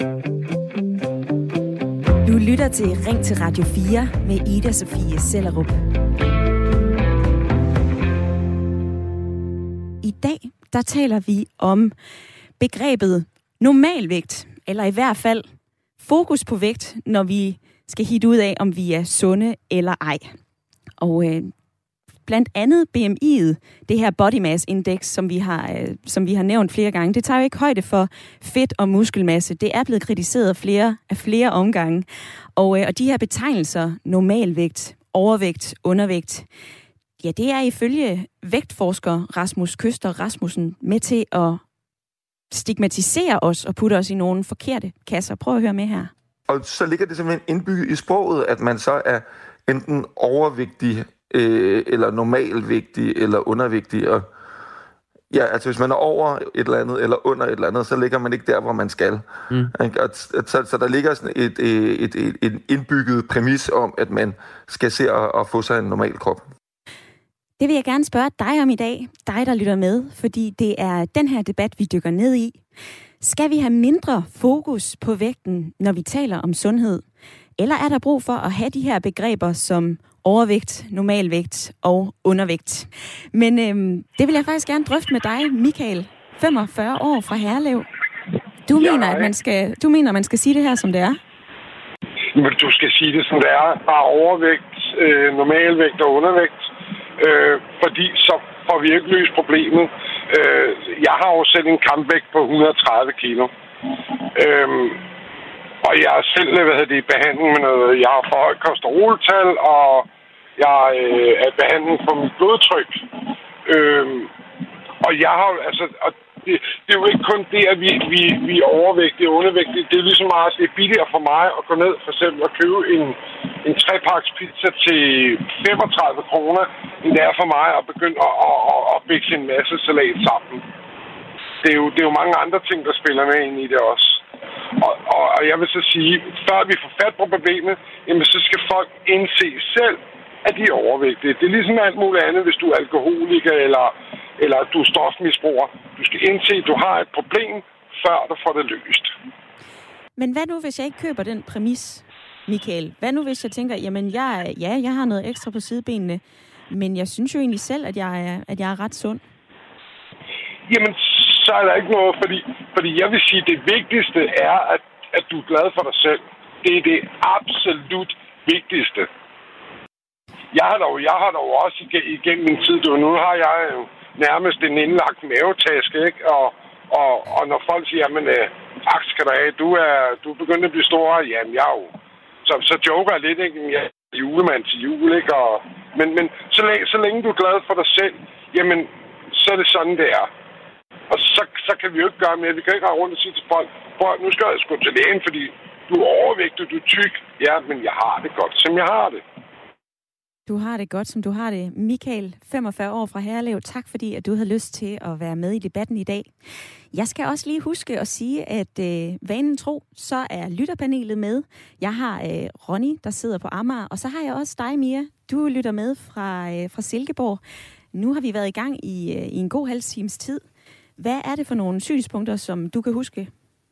Du lytter til Ring til Radio 4 med Ida Sofie Sellerup. I dag, der taler vi om begrebet normalvægt, eller i hvert fald fokus på vægt, når vi skal hitte ud af, om vi er sunde eller ej. Og blandt andet BMI'et, det her body mass index, som vi har nævnt flere gange, det tager jo ikke højde for fedt og muskelmasse. Det er blevet kritiseret af flere omgange. Og de her betegnelser, normalvægt, overvægt, undervægt, ja, det er ifølge vægtforsker Rasmus Køster Rasmussen med til at stigmatisere os og putte os i nogle forkerte kasser. Prøv at høre med her. Og så ligger det simpelthen indbygget i sproget, at man så er enten overvægtig, eller normalvægtig, eller undervægtig. Og ja, altså hvis man er over et eller andet, eller under et eller andet, så ligger man ikke der, hvor man skal. Så der ligger sådan et indbygget præmis om, at man skal se og få sig en normal krop. Det vil jeg gerne spørge dig om i dag, dig der lytter med, fordi det er den her debat, vi dykker ned i. Skal vi have mindre fokus på vægten, når vi taler om sundhed? Eller er der brug for at have de her begreber som overvægt, normalvægt og undervægt? Men det vil jeg faktisk gerne drøfte med dig, Michael, 45 år fra Herlev. Du mener, man skal sige det her, som det er? Men du skal sige det, som det er. Bare overvægt, normalvægt og undervægt. Fordi så får vi ikke løst problemet. Jeg har jo selv en kampvægt på 130 kilo. Og jeg er selv i behandling med noget. Jeg har for højt kolesteroltal, og jeg er i behandling for mit blodtryk. Og jeg har altså... Det er jo ikke kun det, at vi er overvægtige og undervægtige. Det er ligesom meget, det er billigere for mig at gå ned for eksempel og købe en 3-paks pizza til 35 kroner, end det er for mig at begynde at bække en masse salat sammen. Det er jo mange andre ting, der spiller med ind i det også. Og jeg vil så sige, før vi får fat på problemet, jamen så skal folk indse selv, at de er overvægtige. Det er ligesom alt muligt andet, hvis du er alkoholiker eller du er stofmisbruger. Du skal indse, at du har et problem, før du får det løst. Men hvad nu, hvis jeg ikke køber den præmis, Michael? Hvad nu, hvis jeg tænker, jamen jeg har noget ekstra på sidebenene, men jeg synes jo egentlig selv, at jeg er ret sund? Jamen, så er der ikke noget, fordi jeg vil sige, at det vigtigste er, at du er glad for dig selv. Det er det absolut vigtigste. Jeg har dog også igennem min tid, nu har jeg jo nærmest en indlagt mavetaske, ikke? Og når folk siger, jamen, tak skal du have, du er begyndt at blive stor, jamen, jeg er jo... Så joker jeg lidt, ikke? Jeg er julemand til jul, ikke? Men så længe du er glad for dig selv, jamen, så er det sådan, det er. Og så kan vi jo ikke gøre mere. Vi kan ikke rende rundt og sige til folk, nu skal jeg sgu til lægen, fordi du er overvægtig, du er tyk. Ja, men jeg har det godt, som jeg har det. Du har det godt, som du har det. Michael, 45 år fra Herlev. Tak fordi, at du havde lyst til at være med i debatten i dag. Jeg skal også lige huske at sige, at vanen tro, så er lytterpanelet med. Jeg har Ronny, der sidder på Amager, og så har jeg også dig, Mia. Du lytter med fra Silkeborg. Nu har vi været i gang i en god halv times tid. Hvad er det for nogle synspunkter, som du kan huske?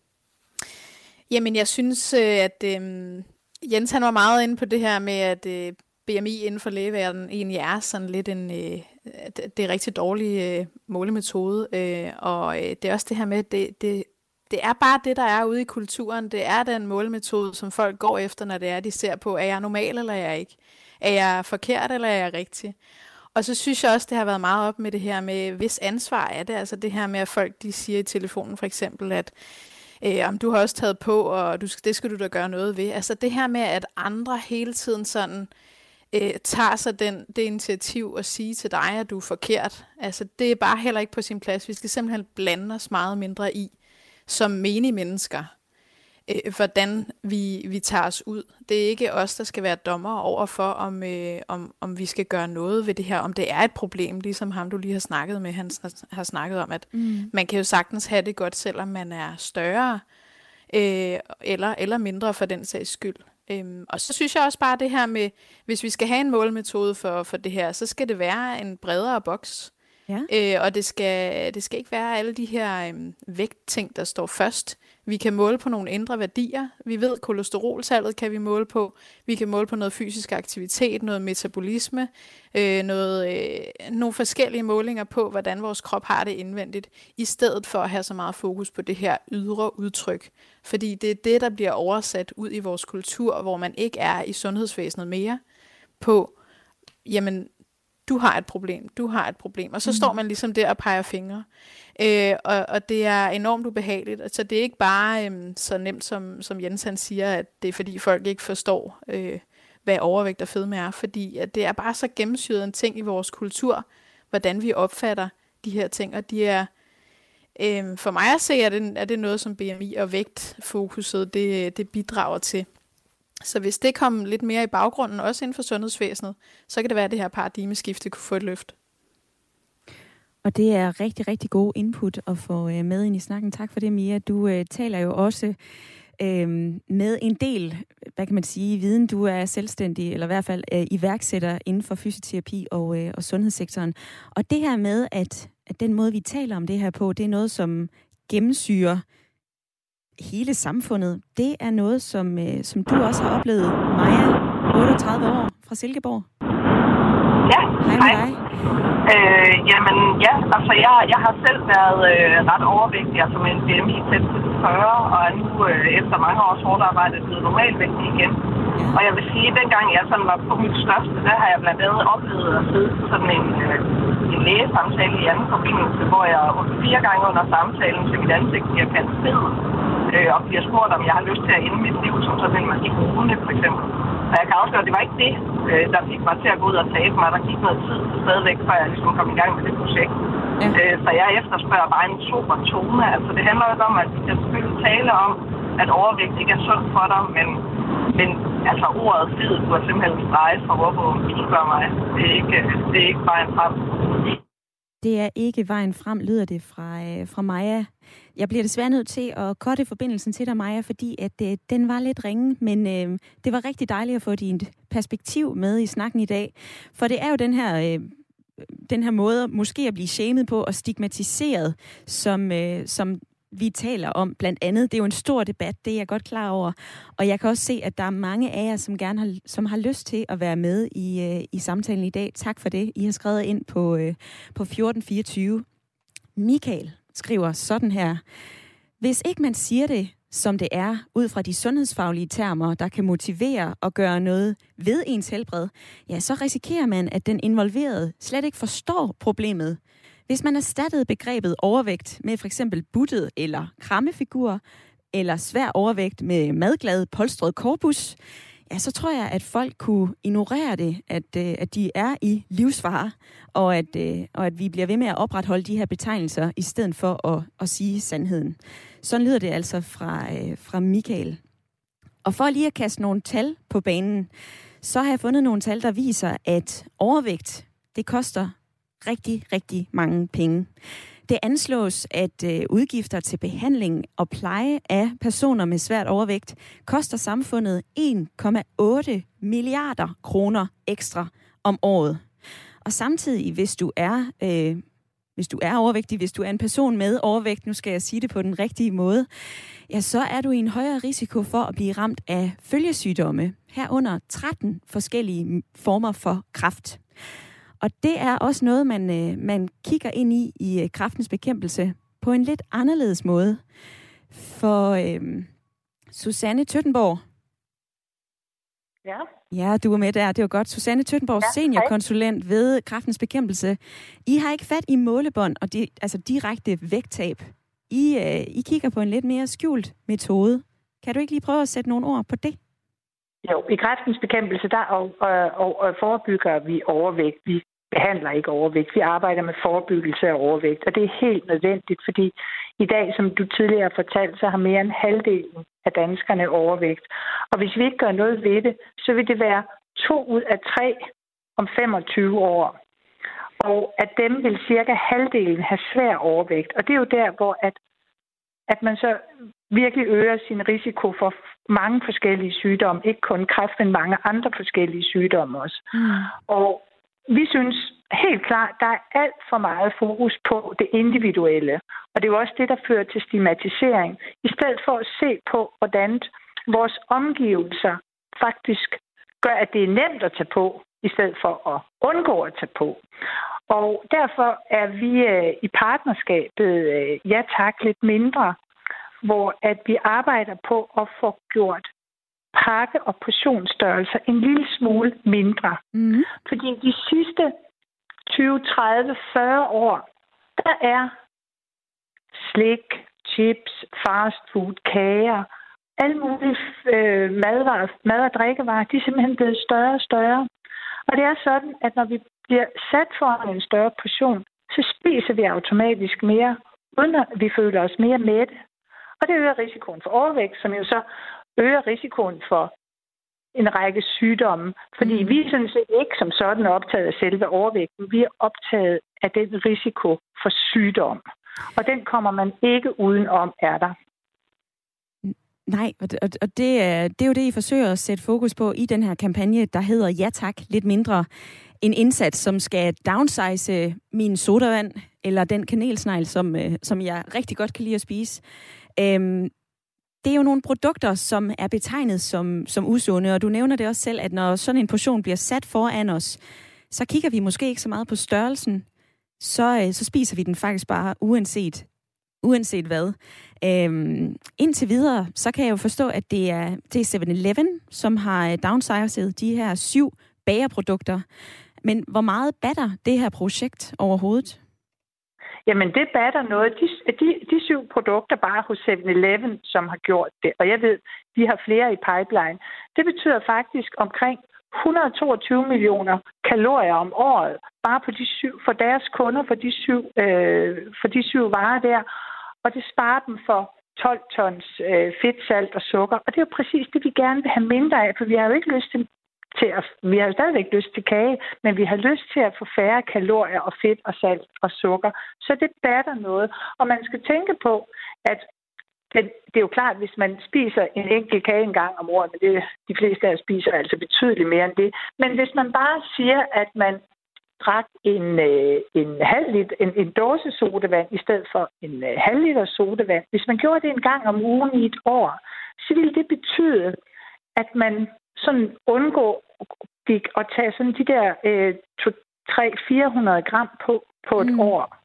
Jamen, jeg synes, at Jens han var meget inde på det her med, at BMI inden for lægeverdenen egentlig er sådan lidt det er rigtig dårlig målemetode. Og det er også det her med, at det er bare det, der er ude i kulturen. Det er den målemetode, som folk går efter, når det er, de ser på, er jeg normal eller er jeg ikke? Er jeg forkert eller er jeg rigtig? Og så synes jeg også, det har været meget op med det her med, hvis ansvar er det. Altså det her med, at folk de siger i telefonen for eksempel, at om du har også taget på, og det skal du da gøre noget ved. Altså det her med, at andre hele tiden sådan tager sig det initiativ og sige til dig, at du er forkert. Altså det er bare heller ikke på sin plads. Vi skal simpelthen blande os meget mindre i, som menige mennesker, hvordan vi tager os ud. Det er ikke os, der skal være dommer over for, om vi skal gøre noget ved det her, om det er et problem, ligesom ham, du lige har snakket med, han har snakket om, at man kan jo sagtens have det godt, selvom man er større, eller mindre for den sags skyld. Og så synes jeg også bare det her med, hvis vi skal have en målmetode for det her, så skal det være en bredere boks. Ja. Og det skal ikke være alle de her vægtting, der står først. Vi kan måle på nogle indre værdier. Vi ved, kolesteroltallet kan vi måle på. Vi kan måle på noget fysisk aktivitet, noget metabolisme, nogle forskellige målinger på, hvordan vores krop har det indvendigt, i stedet for at have så meget fokus på det her ydre udtryk. Fordi det er det, der bliver oversat ud i vores kultur, hvor man ikke er i sundhedsvæsenet mere på, jamen, du har et problem. Og så står man ligesom der og peger fingre. Og det er enormt ubehageligt. Altså, det er ikke bare så nemt, som Jens han siger, at det er fordi folk ikke forstår, hvad overvægt og fedme er. Fordi at det er bare så gennemsyret en ting i vores kultur, hvordan vi opfatter de her ting. Og de er, for mig at se, er det noget, som BMI og vægtfokuset, det bidrager til. Så hvis det kom lidt mere i baggrunden, også inden for sundhedsvæsenet, så kan det være, at det her paradigmeskifte kunne få et løft. Og det er rigtig, rigtig god input at få med ind i snakken. Tak for det, Mia. Du taler jo også med en del, hvad kan man sige, viden. Du er selvstændig, eller i hvert fald iværksætter inden for fysioterapi og sundhedssektoren. Og det her med, at den måde, vi taler om det her på, det er noget, som gennemsyrer hele samfundet. Det er noget, som du også har oplevet, Maja, 38 år fra Silkeborg. Ja, hej med dig. Jamen, ja, altså jeg har selv været ret overvægtig, altså med en BMI tæt på 40, og er nu efter mange års hårdt arbejde blevet normalvægtig igen. Ja. Og jeg vil sige, at dengang jeg sådan var på mit største, der har jeg blandt andet oplevet at sidde på sådan en lægesamtale i anden forbindelse, hvor jeg 4 gange under samtalen til mit ansigt bliver kaldt fed, og bliver spurgt, om jeg har lyst til at ende mit liv som sådan en marihuana, for eksempel. Og jeg kan afsløre, at det var ikke det, der fik mig til at gå ud og tabe mig. Der gik noget tid stadigvæk, før jeg ligesom kom i gang med det projekt. Ja. Så jeg efterspørger bare en super tone. Altså det handler jo om, at vi kan selvfølgelig tale om, at overvægt ikke er sundt for dig, men altså ordet fed kunne simpelthen strege fra hvorfor du spørger mig. Det er ikke vejen frem. Det er ikke vejen frem, lyder det fra Maja. Jeg bliver desværre nødt til at cutte forbindelsen til dig, Maja, fordi at den var lidt ringe, men det var rigtig dejligt at få dit perspektiv med i snakken i dag. For det er jo den her måde måske at blive shamed på og stigmatiseret, som vi taler om blandt andet. Det er jo en stor debat, det er jeg godt klar over. Og jeg kan også se, at der er mange af jer, som har lyst til at være med i samtalen i dag. Tak for det. I har skrevet ind på 1424. Michael skriver sådan her. Hvis ikke man siger det, som det er, ud fra de sundhedsfaglige termer, der kan motivere og gøre noget ved ens helbred, ja, så risikerer man, at den involverede slet ikke forstår problemet. Hvis man erstattede begrebet overvægt med for eksempel buttet eller krammefigur, eller svær overvægt med madglad polstret korpus, ja, så tror jeg, at folk kunne ignorere det, at de er i livsfare, og at vi bliver ved med at opretholde de her betegnelser, i stedet for at sige sandheden. Sådan lyder det altså fra Michael. Og for lige at kaste nogle tal på banen, så har jeg fundet nogle tal, der viser, at overvægt, det koster rigtig, rigtig mange penge. Det anslås, at udgifter til behandling og pleje af personer med svært overvægt koster samfundet 1,8 milliarder kroner ekstra om året. Og samtidig, hvis du er overvægtig, hvis du er en person med overvægt, nu skal jeg sige det på den rigtige måde, ja, så er du i en højere risiko for at blive ramt af følgesygdomme, herunder 13 forskellige former for kræft. Og det er også noget, man kigger ind i kræftens bekæmpelse på en lidt anderledes måde. For Susanne Tøttenborg. Ja. Ja, du er med der. Det var godt. Susanne Tøttenborg, ja, seniorkonsulent ved kræftens bekæmpelse. I har ikke fat i målebånd og direkte vægttab. I kigger på en lidt mere skjult metode. Kan du ikke lige prøve at sætte nogle ord på det? Jo, i kræftens bekæmpelse, der forebygger vi overvægt. Vi behandler ikke overvægt. Vi arbejder med forebyggelse af overvægt, og det er helt nødvendigt, fordi i dag, som du tidligere har fortalt, så har mere end halvdelen af danskerne overvægt. Og hvis vi ikke gør noget ved det, så vil det være 2 ud af 3 om 25 år. Og at dem vil cirka halvdelen have svær overvægt. Og det er jo der, hvor at man så virkelig øger sin risiko for mange forskellige sygdomme. Ikke kun kræft, men mange andre forskellige sygdomme også. Og vi synes, helt klart, der er alt for meget fokus på det individuelle. Og det er jo også det, der fører til stigmatisering. I stedet for at se på, hvordan vores omgivelser faktisk gør, at det er nemt at tage på, i stedet for at undgå at tage på. Og derfor er vi i partnerskabet Ja Tak lidt mindre, hvor at vi arbejder på at få gjort pakke- og portionsstørrelser en lille smule mindre. Mm. Fordi de sidste 20, 30, 40 år, der er slik, chips, fast food, kager, alle mulige mad- og drikkevarer, de er simpelthen blevet større og større. Og det er sådan, at når vi bliver sat foran en større portion, så spiser vi automatisk mere, uden at vi føler os mere mætte. Og det øger risikoen for overvægt, som jo så øger risikoen for en række sygdomme. Fordi vi er sådan set ikke som sådan optaget af selve overvægten. Vi er optaget af den risiko for sygdom. Og den kommer man ikke udenom, er der. Nej, og det er jo det, I forsøger at sætte fokus på i den her kampagne, der hedder Ja Tak, lidt mindre. En indsats, som skal downsize min sodavand, eller den kanelsnegl, som jeg rigtig godt kan lide at spise. Det er jo nogle produkter, som er betegnet som usunde, og du nævner det også selv, at når sådan en portion bliver sat foran os, så kigger vi måske ikke så meget på størrelsen, så spiser vi den faktisk bare uanset hvad. Indtil videre, så kan jeg jo forstå, at det er 7-Eleven, som har downsized de her 7 bagerprodukter. Men hvor meget batter det her projekt overhovedet? Jamen, det batter noget. De 7 produkter bare hos 7-Eleven, som har gjort det, og jeg ved, de har flere i pipeline, det betyder faktisk omkring 122 millioner kalorier om året, bare på de 7, for deres kunder, for de 7 varer der. Og det sparer dem for 12 tons fedt, salt og sukker. Og det er jo præcis det, vi gerne vil have mindre af, for vi har jo ikke lyst til vi har jo stadigvæk lyst til kage, men vi har lyst til at få færre kalorier og fedt og salt og sukker. Så det batter noget. Og man skal tænke på, at det er jo klart, hvis man spiser en enkelt kage en gang om året, men de fleste af os spiser altså betydeligt mere end det. Men hvis man bare siger, at man drak en dåse sodavand i stedet for en halv liter sodavand, hvis man gjorde det en gang om ugen i et år, så ville det betyde, at man sådan undgår at tage sådan de der 200-400 gram på et år.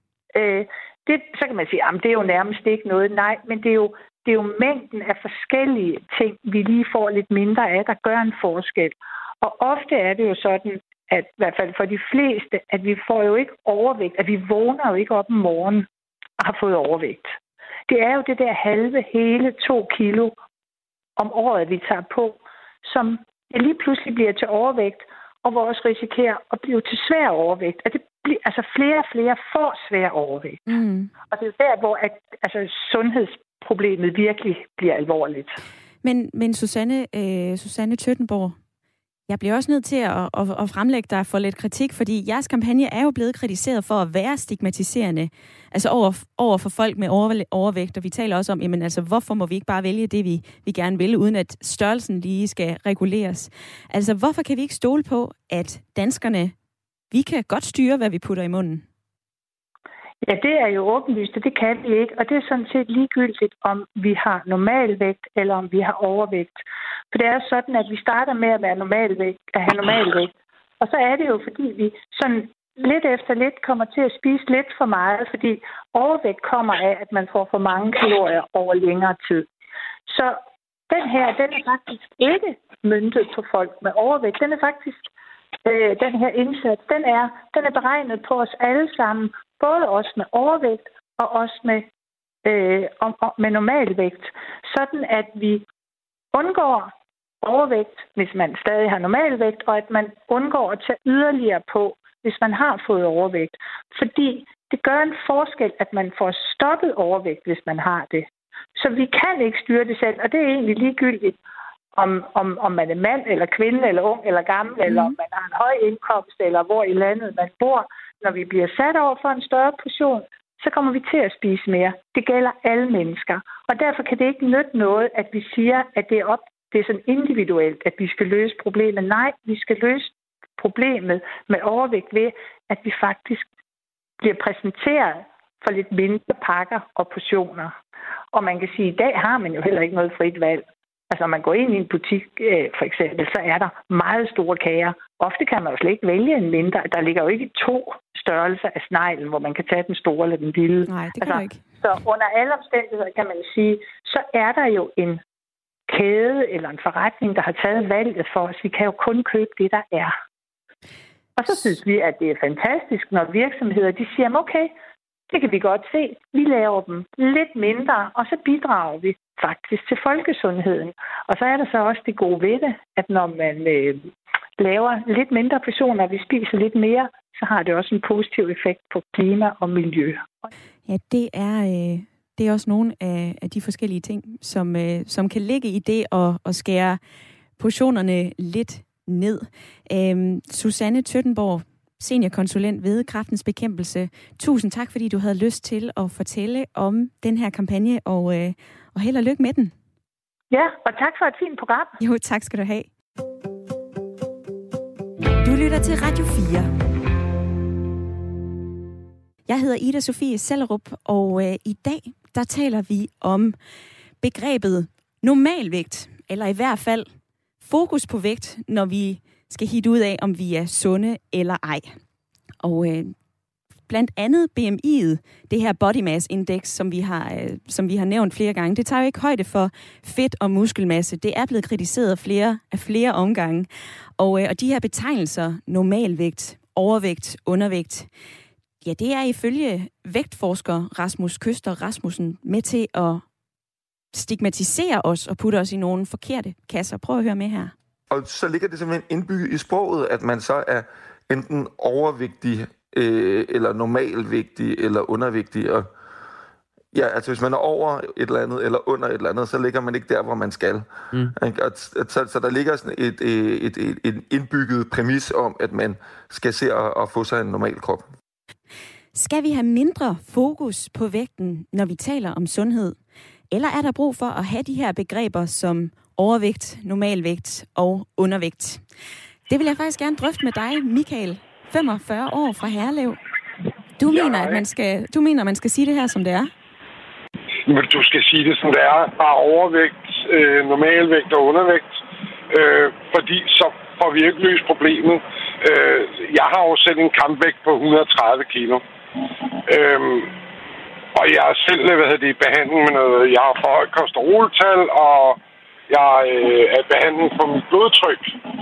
Så kan man sige, at det er jo nærmest ikke noget. Nej, men det er jo mængden af forskellige ting, vi lige får lidt mindre af, der gør en forskel. Og ofte er det jo sådan, at i hvert fald for de fleste, at vi får jo ikke overvægt, at vi vågner jo ikke op om morgenen og har fået overvægt. Det er jo det der hele 2 kilo om året, vi tager på, som lige pludselig bliver til overvægt, og hvor også risikerer at blive til svær overvægt. Og det bliver, altså flere og flere får svær overvægt. Mm. Og det er der, hvor sundhedsproblemet virkelig bliver alvorligt. Men Susanne Tøttenborg, jeg bliver også nødt til at fremlægge dig for lidt kritik, fordi jeres kampagne er jo blevet kritiseret for at være stigmatiserende, altså over for folk med overvægt, og vi taler også om, jamen altså, hvorfor må vi ikke bare vælge det, vi gerne vil, uden at størrelsen lige skal reguleres? Altså, hvorfor kan vi ikke stole på, at danskerne, vi kan godt styre, hvad vi putter i munden? Ja, det er jo åbenlyst, og det kan vi ikke. Og det er sådan set ligegyldigt, om vi har normalvægt, eller om vi har overvægt. For det er sådan, at vi starter med at have normalvægt. Og så er det jo, fordi vi sådan lidt efter lidt kommer til at spise lidt for meget, fordi overvægt kommer af, at man får for mange kalorier over længere tid. Så den er faktisk ikke møntet på folk med overvægt. Den er faktisk, den her indsats, den er beregnet på os alle sammen, både os med overvægt og os med normalvægt, sådan at vi undgår overvægt, hvis man stadig har normalvægt, og at man undgår at tage yderligere på, hvis man har fået overvægt. Fordi det gør en forskel, at man får stoppet overvægt, hvis man har det. Så vi kan ikke styre det selv, og det er egentlig ligegyldigt, om man er mand eller kvinde eller ung eller gammel, eller om man har en høj indkomst, eller hvor i landet man bor. Når vi bliver sat over for en større portion, så kommer vi til at spise mere. Det gælder alle mennesker. Og derfor kan det ikke nytte noget, at vi siger, at det er sådan individuelt, at vi skal løse problemet. Nej, vi skal løse problemet med overvægt ved, at vi faktisk bliver præsenteret for lidt mindre pakker og portioner. Og man kan sige, at i dag har man jo heller ikke noget frit valg. Altså, når man går ind i en butik, for eksempel, så er der meget store kager. Ofte kan man jo slet ikke vælge en mindre. Der ligger jo ikke 2 størrelser af sneglen, hvor man kan tage den store eller den lille. Nej, det kan du ikke. Så under alle omstændigheder kan man sige, så er der jo en kæde eller en forretning, der har taget valget for os. Vi kan jo kun købe det, der er. Og så synes vi, at det er fantastisk, når virksomheder de siger, okay, det kan vi godt se. Vi laver dem lidt mindre, og så bidrager vi faktisk til folkesundheden. Og så er der så også det gode ved det, at når man laver lidt mindre portioner, og vi spiser lidt mere, så har det også en positiv effekt på klima og miljø. Ja, det er også nogle af de forskellige ting, som kan ligge i det at skære portionerne lidt ned. Susanne Tøttenborg, seniorkonsulent ved Kræftens Bekæmpelse. Tusind tak, fordi du havde lyst til at fortælle om den her kampagne, og held og lykke med den. Ja, og tak for et fint program. Jo, tak skal du have. Du lytter til Radio 4. Jeg hedder Ida Sofie Sellerup, og i dag, der taler vi om begrebet normalvægt, eller i hvert fald fokus på vægt, når vi skal hitte ud af, om vi er sunde eller ej. Og blandt andet BMI'et, det her body mass index, som vi har nævnt flere gange, det tager jo ikke højde for fedt og muskelmasse. Det er blevet kritiseret af flere omgange. Og de her betegnelser, normalvægt, overvægt, undervægt, ja, det er ifølge vægtforsker Rasmus Køster Rasmussen med til at stigmatisere os og putte os i nogle forkerte kasser. Prøv at høre med her. Og så ligger det simpelthen indbygget i sproget, at man så er enten overvægtig, eller normalvægtig, eller undervægtig. Og ja, altså hvis man er over et eller andet, eller under et eller andet, så ligger man ikke der, hvor man skal. Så der ligger sådan et indbygget præmis om, at man skal se og få sig en normal krop. Skal vi have mindre fokus på vægten, når vi taler om sundhed? Eller er der brug for at have de her begreber som overvægt, normalvægt og undervægt? Det vil jeg faktisk gerne drøfte med dig, Michael, 45 år fra Herlev. Du mener, at man skal sige det her, som det er? Men du skal sige det, som det er. Bare overvægt, normalvægt og undervægt. Fordi så får vi ikke løst problemet. Jeg har jo selv en kampvægt på 130 kilo. Og jeg er selv i behandling med noget. Jeg har for højt kolesteroltal, og jeg er i behandling for mit blodtryk.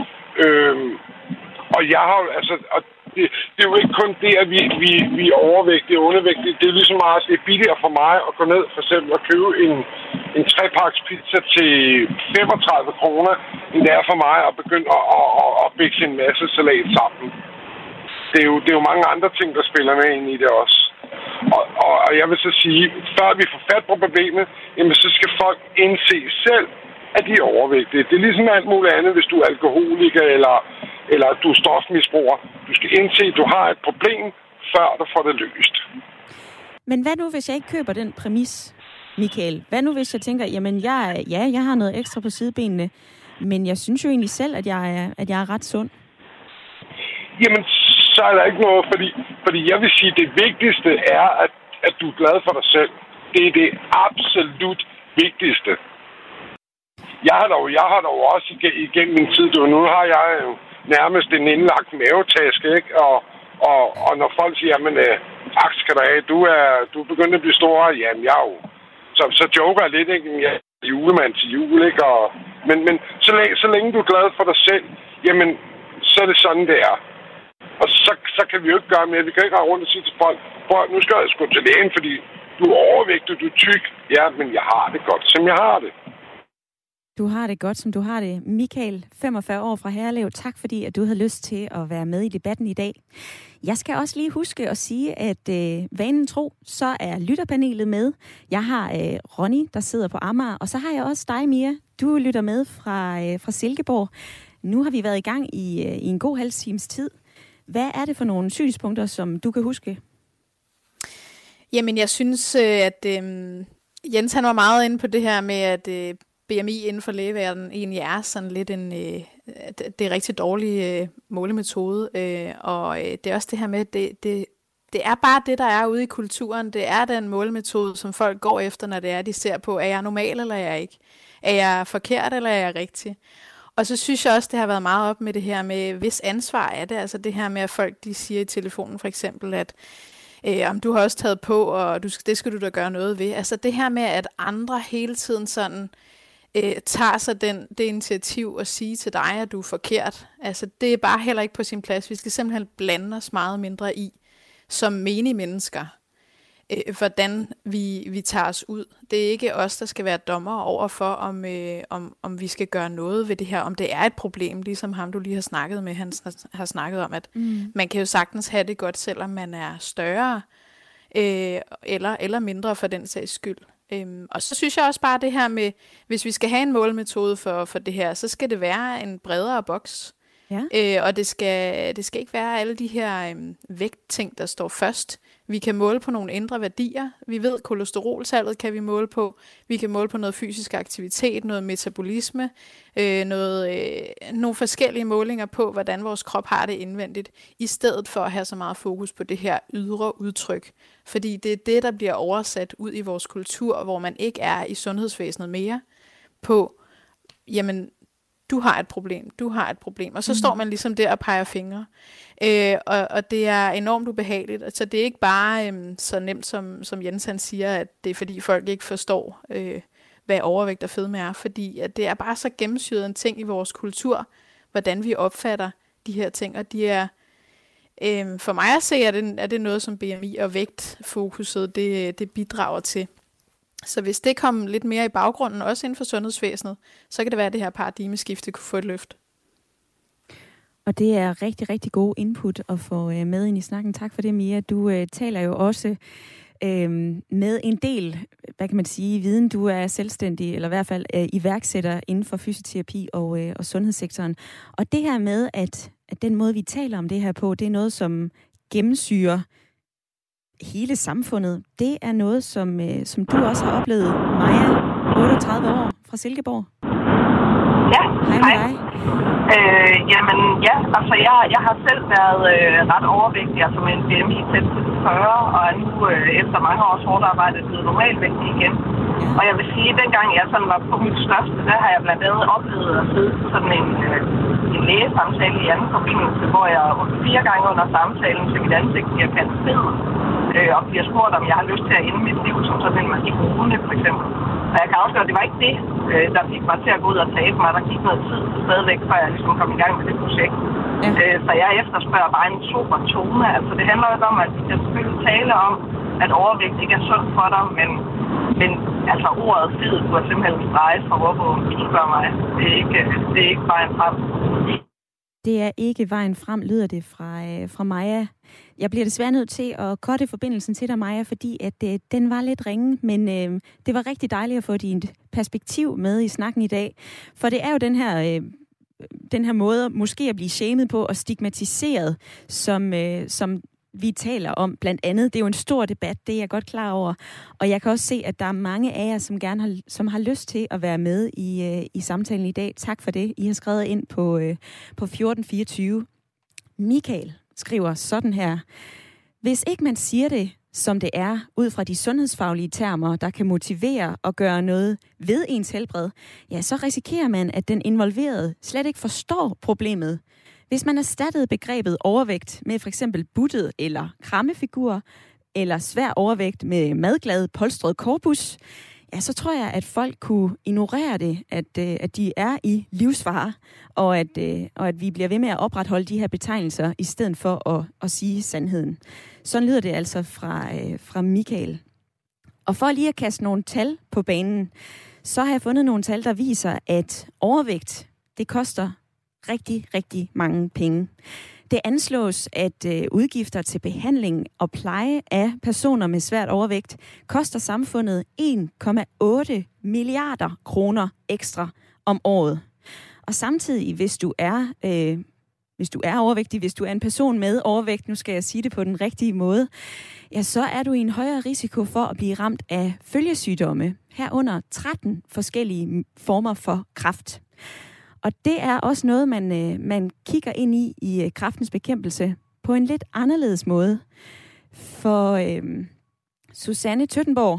Og jeg har og det er jo ikke kun det, at vi er overvægtige og undervægtige. Det er ligesom meget, det er billigere for mig at gå ned for eksempel og købe en 3-paks pizza til 35 kroner, end det er for mig at begynde at bække en masse salat sammen. Det er jo mange andre ting, der spiller med ind i det også. Og jeg vil så sige, før vi får fat på problemet, jamen så skal folk indse selv, at de er overvægtige. Det er ligesom alt muligt andet, hvis du er alkoholiker eller du er stofmisbruger. Du skal indse, at du har et problem, før du får det løst. Men hvad nu, hvis jeg ikke køber den præmis, Michael? Hvad nu, hvis jeg tænker, jamen jeg har noget ekstra på sidebenene, men jeg synes jo egentlig selv, at jeg er ret sund? Jamen, så er der ikke noget, fordi jeg vil sige, at det vigtigste er, at du er glad for dig selv. Det er det absolut vigtigste. Jeg har dog også igennem min tid, nu har jeg jo nærmest en indlagt mavetaske, ikke? Og når folk siger, jamen, tak skal du have, du er begyndt at blive stor, jamen, jeg er jo... Så joker jeg lidt, ikke? Jeg er julemand til jul, ikke? Men så længe du er glad for dig selv, jamen, så er det sådan, det er. Og så kan vi jo ikke gøre mere. Vi kan ikke rende rundt og sige til folk, prøv, nu skal jeg sgu til lægen, fordi du er overvægtig, du er tyk. Ja, men jeg har det godt, som jeg har det. Du har det godt, som du har det. Michael, 45 år fra Herlev, tak fordi, at du havde lyst til at være med i debatten i dag. Jeg skal også lige huske at sige, at vanen tro, så er lytterpanelet med. Jeg har Ronny, der sidder på Amager, og så har jeg også dig, Mia. Du lytter med fra Silkeborg. Nu har vi været i gang i en god halv times tid. Hvad er det for nogle synspunkter, som du kan huske? Jamen, jeg synes, at Jens han var meget inde på det her med, at BMI inden for lægeverdenen egentlig er sådan lidt det er rigtig dårlig målemetode. Og det er også det her med, at det er bare det, der er ude i kulturen. Det er den målemetode, som folk går efter, når det er, de ser på, er jeg normal eller er jeg ikke? Er jeg forkert eller er jeg rigtig? Og så synes jeg også, det har været meget op med det her med, hvis ansvar er det. Altså det her med, at folk de siger i telefonen for eksempel, at om du har også taget på, og det skal du da gøre noget ved. Altså det her med, at andre hele tiden sådan tager sig det initiativ og sige til dig, at du er forkert. Altså det er bare heller ikke på sin plads. Vi skal simpelthen blande os meget mindre i, som menige mennesker, hvordan vi tager os ud. Det er ikke os, der skal være dommer over for, om vi skal gøre noget ved det her, om det er et problem, ligesom ham, du lige har snakket med, han har snakket om, at man kan jo sagtens have det godt, selvom man er større, eller mindre for den sags skyld. Og så synes jeg også bare det her med, hvis vi skal have en målmetode for det her, så skal det være en bredere boks. Ja. Og det skal ikke være alle de her vægtting, der står først. Vi kan måle på nogle indre værdier. Vi ved, kolesteroltallet kan vi måle på. Vi kan måle på noget fysisk aktivitet, noget metabolisme, nogle forskellige målinger på, hvordan vores krop har det indvendigt, i stedet for at have så meget fokus på det her ydre udtryk. Fordi det er det, der bliver oversat ud i vores kultur, hvor man ikke er i sundhedsvæsenet mere på, jamen, du har et problem. Og så står man ligesom der og peger fingre. Og det er enormt ubehageligt. Altså det er ikke bare så nemt, som Jens han siger, at det er fordi folk ikke forstår, hvad overvægt og fedme er. Fordi at det er bare så gennemsyret en ting i vores kultur, hvordan vi opfatter de her ting. Og de er, for mig at se, er det noget, som BMI og vægtfokuset, det bidrager til. Så hvis det kommer lidt mere i baggrunden, også inden for sundhedsvæsenet, så kan det være, at det her paradigmeskifte kunne få et løft. Og det er rigtig, rigtig god input at få med ind i snakken. Tak for det, Mia. Du taler jo også med en del, hvad kan man sige, viden. Du er selvstændig, eller i hvert fald iværksætter inden for fysioterapi og sundhedssektoren. Og det her med, at den måde, vi taler om det her på, det er noget, som gennemsyrer hele samfundet. Det er noget, som du også har oplevet, Maja, 38 år fra Silkeborg. Ja, hej med dig. Jamen, ja, altså jeg har selv været ret overvægtig, altså med en BMI tæt på 40, og er nu efter mange års hårdt arbejde blevet normalvægtig igen. Og jeg vil sige, at dengang jeg sådan var på mit største, der har jeg blandt andet oplevet at sidde på sådan en lægesamtale i anden forbindelse, hvor jeg 4 gange under samtalen til mit ansigt bliver kaldt fed, og bliver spurgt, om jeg har lyst til at ende mit liv som sådan en maskrone, for eksempel. Og jeg kan afsløre, at det var ikke det, der fik mig til at gå ud og tabe mig. Der gik noget tid stadigvæk, før jeg ligesom kom i gang med det projekt. Ja. Så jeg efterspørger bare en super tone. Altså det handler jo om, at vi kan selvfølgelig tale om, at overvægt ikke er sundt for dig, men altså ordet fed burde simpelthen strege fra ordbogen, hvis du spørger mig. Det er ikke vejen frem. Det er ikke vejen frem, lyder det fra Maja. Jeg bliver desværre nødt til at cutte forbindelsen til dig, Maja, fordi at den var lidt ringe, men det var rigtig dejligt at få dit perspektiv med i snakken i dag. For det er jo den her måde måske at blive shamed på og stigmatiseret, som vi taler om blandt andet. Det er jo en stor debat, det er jeg godt klar over. Og jeg kan også se, at der er mange af jer, som har lyst til at være med i samtalen i dag. Tak for det. I har skrevet ind på 1424. Michael skriver sådan her. Hvis ikke man siger det, som det er, ud fra de sundhedsfaglige termer, der kan motivere og gøre noget ved ens helbred, ja, så risikerer man, at den involverede slet ikke forstår problemet. Hvis man erstattede begrebet overvægt med for eksempel buttet eller krammefigur, eller svær overvægt med madglad polstret korpus, ja, så tror jeg, at folk kunne ignorere det, at de er i livsfare, og at vi bliver ved med at opretholde de her betegnelser, i stedet for at sige sandheden. Sådan lyder det altså fra Michael. Og for lige at kaste nogle tal på banen, så har jeg fundet nogle tal, der viser, at overvægt, det koster rigtig, rigtig mange penge. Det anslås, at udgifter til behandling og pleje af personer med svært overvægt koster samfundet 1,8 milliarder kroner ekstra om året. Og samtidig, hvis du er overvægtig, hvis du er en person med overvægt, nu skal jeg sige det på den rigtige måde, ja, så er du i en højere risiko for at blive ramt af følgesygdomme, herunder 13 forskellige former for kræft. Og det er også noget, man kigger ind i Kræftens Bekæmpelse på en lidt anderledes måde. For Susanne Tøttenborg.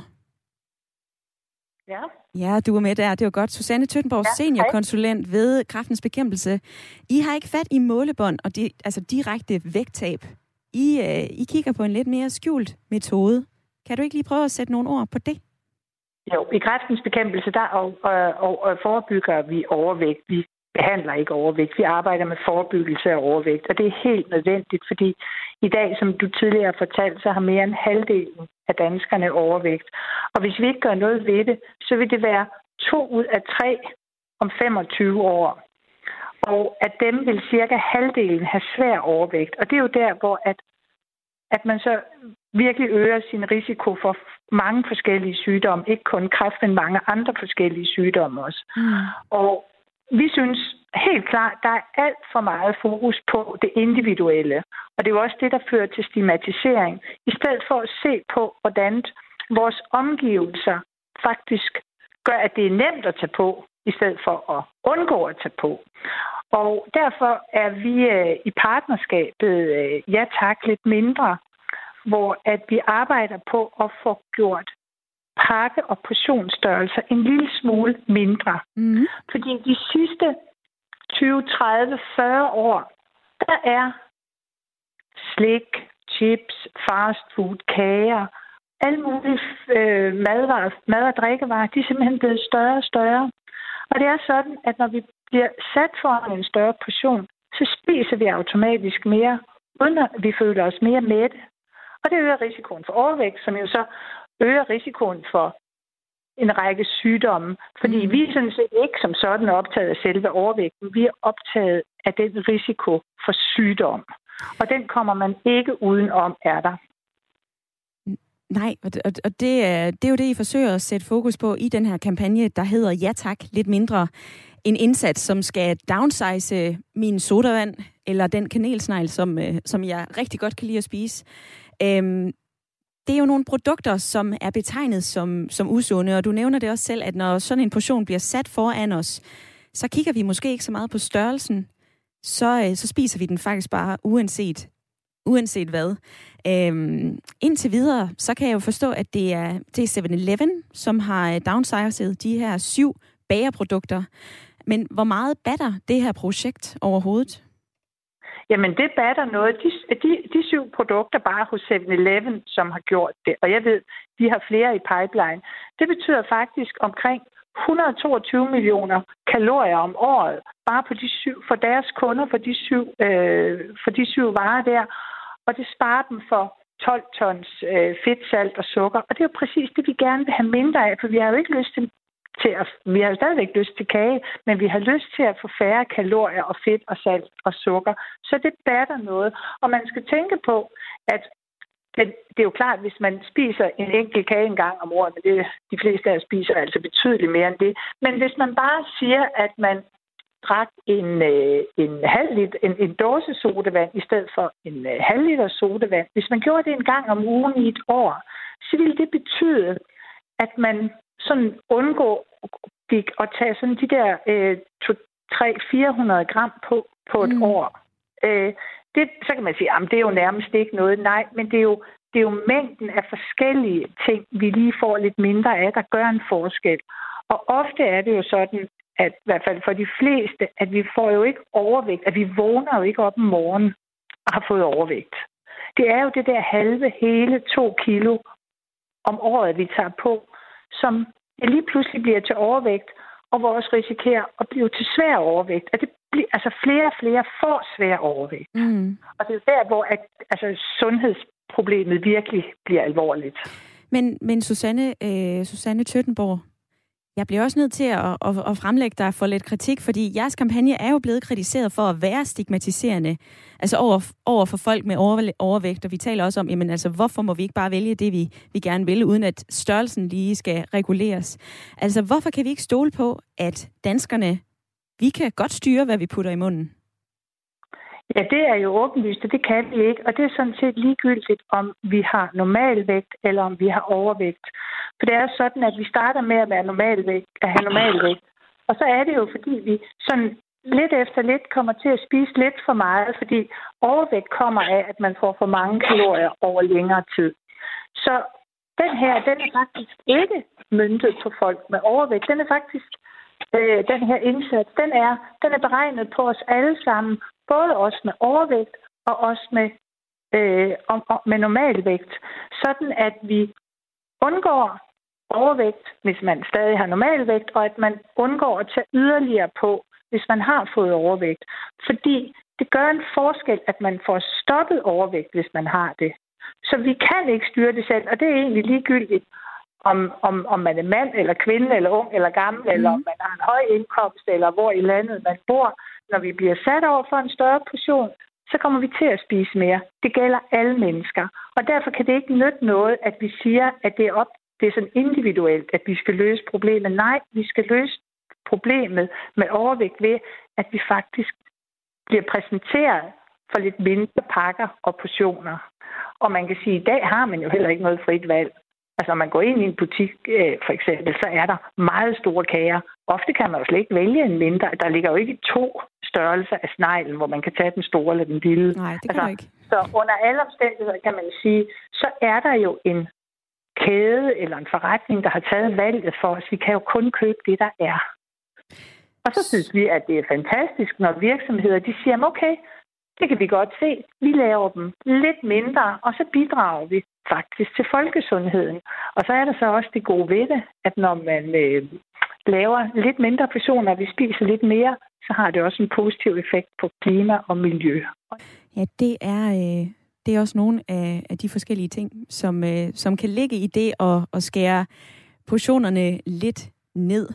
Ja. Ja, du var med der. Det var godt. Susanne Tøttenborg, seniorkonsulent ved Kræftens Bekæmpelse. I har ikke fat i målebånd og direkte vægttab. I kigger på en lidt mere skjult metode. Kan du ikke lige prøve at sætte nogle ord på det? Jo, i Kræftens Bekæmpelse, der forebygger vi overvægt. Vi behandler ikke overvægt. Vi arbejder med forebyggelse af overvægt, og det er helt nødvendigt, fordi i dag, som du tidligere har fortalt, så har mere end halvdelen af danskerne overvægt. Og hvis vi ikke gør noget ved det, så vil det være 2 ud af 3 om 25 år. Og at dem vil cirka halvdelen have svær overvægt. Og det er jo der, hvor at man så virkelig øger sin risiko for mange forskellige sygdomme. Ikke kun kræft, men mange andre forskellige sygdomme også. Og vi synes helt klart, der er alt for meget fokus på det individuelle. Og det er jo også det, der fører til stigmatisering. I stedet for at se på, hvordan vores omgivelser faktisk gør, at det er nemt at tage på, i stedet for at undgå at tage på. Og derfor er vi i partnerskabet Ja Tak lidt mindre, hvor at vi arbejder på at få gjort pakke- og portionsstørrelser en lille smule mindre. Fordi de sidste 20, 30, 40 år, der er slik, chips, fast food, kager, alle mulige mad- og drikkevarer, de er simpelthen blevet større og større. Og det er sådan, at når vi bliver sat foran en større portion, så spiser vi automatisk mere, uden at vi føler os mere mætte. Og det øger risikoen for overvægt, som jo så øger risikoen for en række sygdomme. Fordi vi er sådan set ikke som sådan optaget af selve overvægten. Vi er optaget af den risiko for sygdom. Og den kommer man ikke udenom, er der. Nej, og det er jo det, I forsøger at sætte fokus på i den her kampagne, der hedder Ja Tak, lidt mindre. En indsats, som skal downsize min sodavand, eller den kanelsnegl, som jeg rigtig godt kan lide at spise. Det er jo nogle produkter, som er betegnet som usunde, og du nævner det også selv, at når sådan en portion bliver sat foran os, så kigger vi måske ikke så meget på størrelsen, så spiser vi den faktisk bare uanset hvad. Indtil videre, så kan jeg jo forstå, at det er 7-Eleven, som har downsized de her 7 bagerprodukter. Men hvor meget batter det her projekt overhovedet? Jamen, det batter noget. De 7 produkter bare hos 7-Eleven, som har gjort det, og jeg ved, de har flere i pipeline, det betyder faktisk omkring 122 millioner kalorier om året, bare på de 7, for deres kunder, for de 7 varer der. Og det sparer dem for 12 tons fedt, salt og sukker. Og det er jo præcis det, vi gerne vil have mindre af, for vi har jo ikke lyst til vi har jo stadigvæk lyst til kage, men vi har lyst til at få færre kalorier og fedt og salt og sukker. Så det batter noget. Og man skal tænke på, at det er jo klart, hvis man spiser en enkelt kage en gang om året, men det, de fleste af os spiser altså betydeligt mere end det. Men hvis man bare siger, at man drak en dåse sodavand i stedet for en halv liter sodavand, hvis man gjorde det en gang om ugen i et år, så ville det betyde, at man sådan undgår at tage sådan de der 200-400 gram på et år. Så kan man sige, at det er jo nærmest ikke noget. Nej, men det er jo mængden af forskellige ting, vi lige får lidt mindre af, der gør en forskel. Og ofte er det jo sådan, at i hvert fald for de fleste, at vi får jo ikke overvægt, at vi vågner jo ikke op om morgenen og har fået overvægt. Det er jo det der hele 2 kilo om året, vi tager på, som lige pludselig bliver til overvægt, og hvor også risikerer at blive til svær overvægt. Og det bliver, altså flere og flere får svær overvægt. Og det er jo der, hvor sundhedsproblemet virkelig bliver alvorligt. Men Susanne Tøttenborg, jeg bliver også nødt til at fremlægge dig for lidt kritik, fordi jeres kampagne er jo blevet kritiseret for at være stigmatiserende, altså over for folk med overvægt, og vi taler også om, jamen altså, hvorfor må vi ikke bare vælge det, vi gerne vil, uden at størrelsen lige skal reguleres? Altså, hvorfor kan vi ikke stole på, at danskerne, vi kan godt styre, hvad vi putter i munden? Ja, det er jo åbenlyst, og det kan vi ikke. Og det er sådan set ligegyldigt, om vi har normalvægt, eller om vi har overvægt. For det er sådan, at vi starter med at have normalvægt. Og så er det jo, fordi vi sådan lidt efter lidt kommer til at spise lidt for meget, fordi overvægt kommer af, at man får for mange kalorier over længere tid. Så den er faktisk ikke møntet på folk med overvægt. Den er faktisk, den her indsats, den er beregnet på os alle sammen, både os med overvægt og os med normalvægt, sådan at vi undgår overvægt, hvis man stadig har normalvægt, og at man undgår at tage yderligere på, hvis man har fået overvægt. Fordi det gør en forskel, at man får stoppet overvægt, hvis man har det. Så vi kan ikke styre det selv, og det er egentlig ligegyldigt, om man er mand eller kvinde eller ung eller gammel, eller om man har en høj indkomst, eller hvor i landet man bor. Når vi bliver sat over for en større portion, så kommer vi til at spise mere. Det gælder alle mennesker. Og derfor kan det ikke nytte noget, at vi siger, at det er sådan individuelt, at vi skal løse problemet. Nej, vi skal løse problemet med overvægt ved, at vi faktisk bliver præsenteret for lidt mindre pakker og portioner. Og man kan sige, at i dag har man jo heller ikke noget frit valg. Altså, når man går ind i en butik, for eksempel, så er der meget store kager. Ofte kan man jo slet ikke vælge en mindre. Der ligger jo ikke 2 størrelser af sneglen, hvor man kan tage den store eller den lille. Nej, det kan ikke. Så under alle omstændigheder kan man sige, så er der jo en kæde eller en forretning, der har taget valget for os. Vi kan jo kun købe det, der er. Og så synes vi, at det er fantastisk, når virksomheder de siger, okay, det kan vi godt se. Vi laver dem lidt mindre, og så bidrager vi faktisk til folkesundheden. Og så er der så også det gode ved det, at når man laver lidt mindre portioner, og vi spiser lidt mere, så har det også en positiv effekt på klima og miljø. Ja, det er også nogle af de forskellige ting, som kan ligge i det at skære portionerne lidt ned.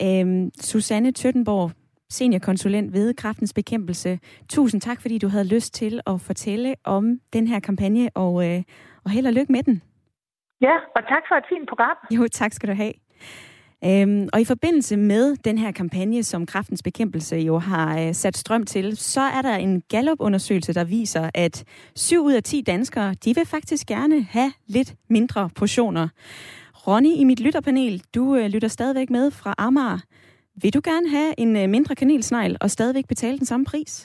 Susanne Tøttenborg, seniorkonsulent ved Kræftens Bekæmpelse. Tusind tak, fordi du havde lyst til at fortælle om den her kampagne, og held og lykke med den. Ja, og tak for et fint program. Jo, tak skal du have. Og i forbindelse med den her kampagne, som Kræftens Bekæmpelse jo har sat strøm til, så er der en Gallup-undersøgelse, der viser, at 7 ud af 10 danskere, de vil faktisk gerne have lidt mindre portioner. Ronny i mit lytterpanel, du lytter stadigvæk med fra Amager. Vil du gerne have en mindre kanelsnegl og stadigvæk betale den samme pris?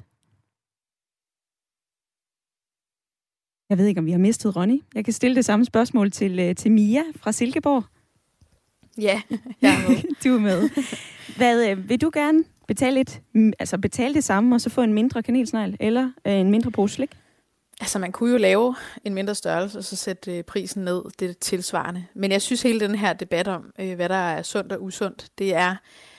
Jeg ved ikke, om vi har mistet Ronny. Jeg kan stille det samme spørgsmål til Mia fra Silkeborg. Ja, jeg er med. Du er med. Vil du gerne betale det samme, og så få en mindre kanelsnegl, eller en mindre pose slik? Altså, man kunne jo lave en mindre størrelse, og så sætte prisen ned, det er tilsvarende. Men jeg synes, hele den her debat om, hvad der er sundt og usundt, det er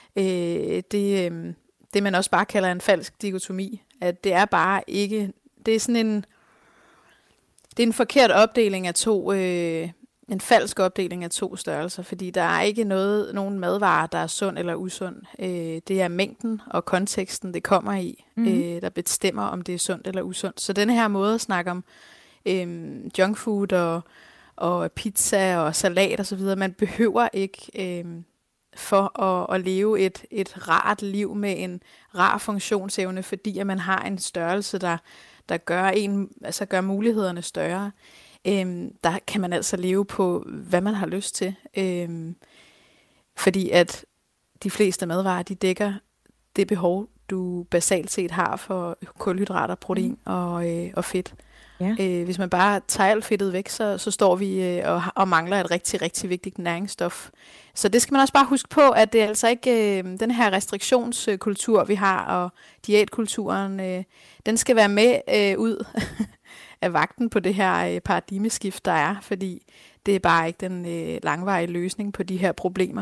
det, man også bare kalder en falsk dikotomi. At det er bare ikke... Det er sådan en forkert opdeling af en falsk opdeling af 2 størrelser, fordi der er ikke nogen madvarer, der er sund eller usund. Det er mængden og konteksten, det kommer i, der bestemmer, om det er sundt eller usundt. Så den her måde at snakke om junkfood og pizza og salat og så videre, man behøver ikke for at leve et rart liv med en rar funktionsevne, fordi at man har en størrelse, der gør mulighederne større. Der kan man altså leve på, hvad man har lyst til. Fordi at de fleste madvarer, de dækker det behov, du basalt set har for kulhydrater, protein og fedt. Ja. Hvis man bare tager alt fedtet væk, så står vi og mangler et rigtig, rigtig vigtigt næringsstof. Så det skal man også bare huske på, at det er altså ikke den her restriktionskultur, vi har, og diætkulturen, den skal være med ud af vagten på det her paradigmeskift, der er, fordi det er bare ikke den langvarige løsning på de her problemer.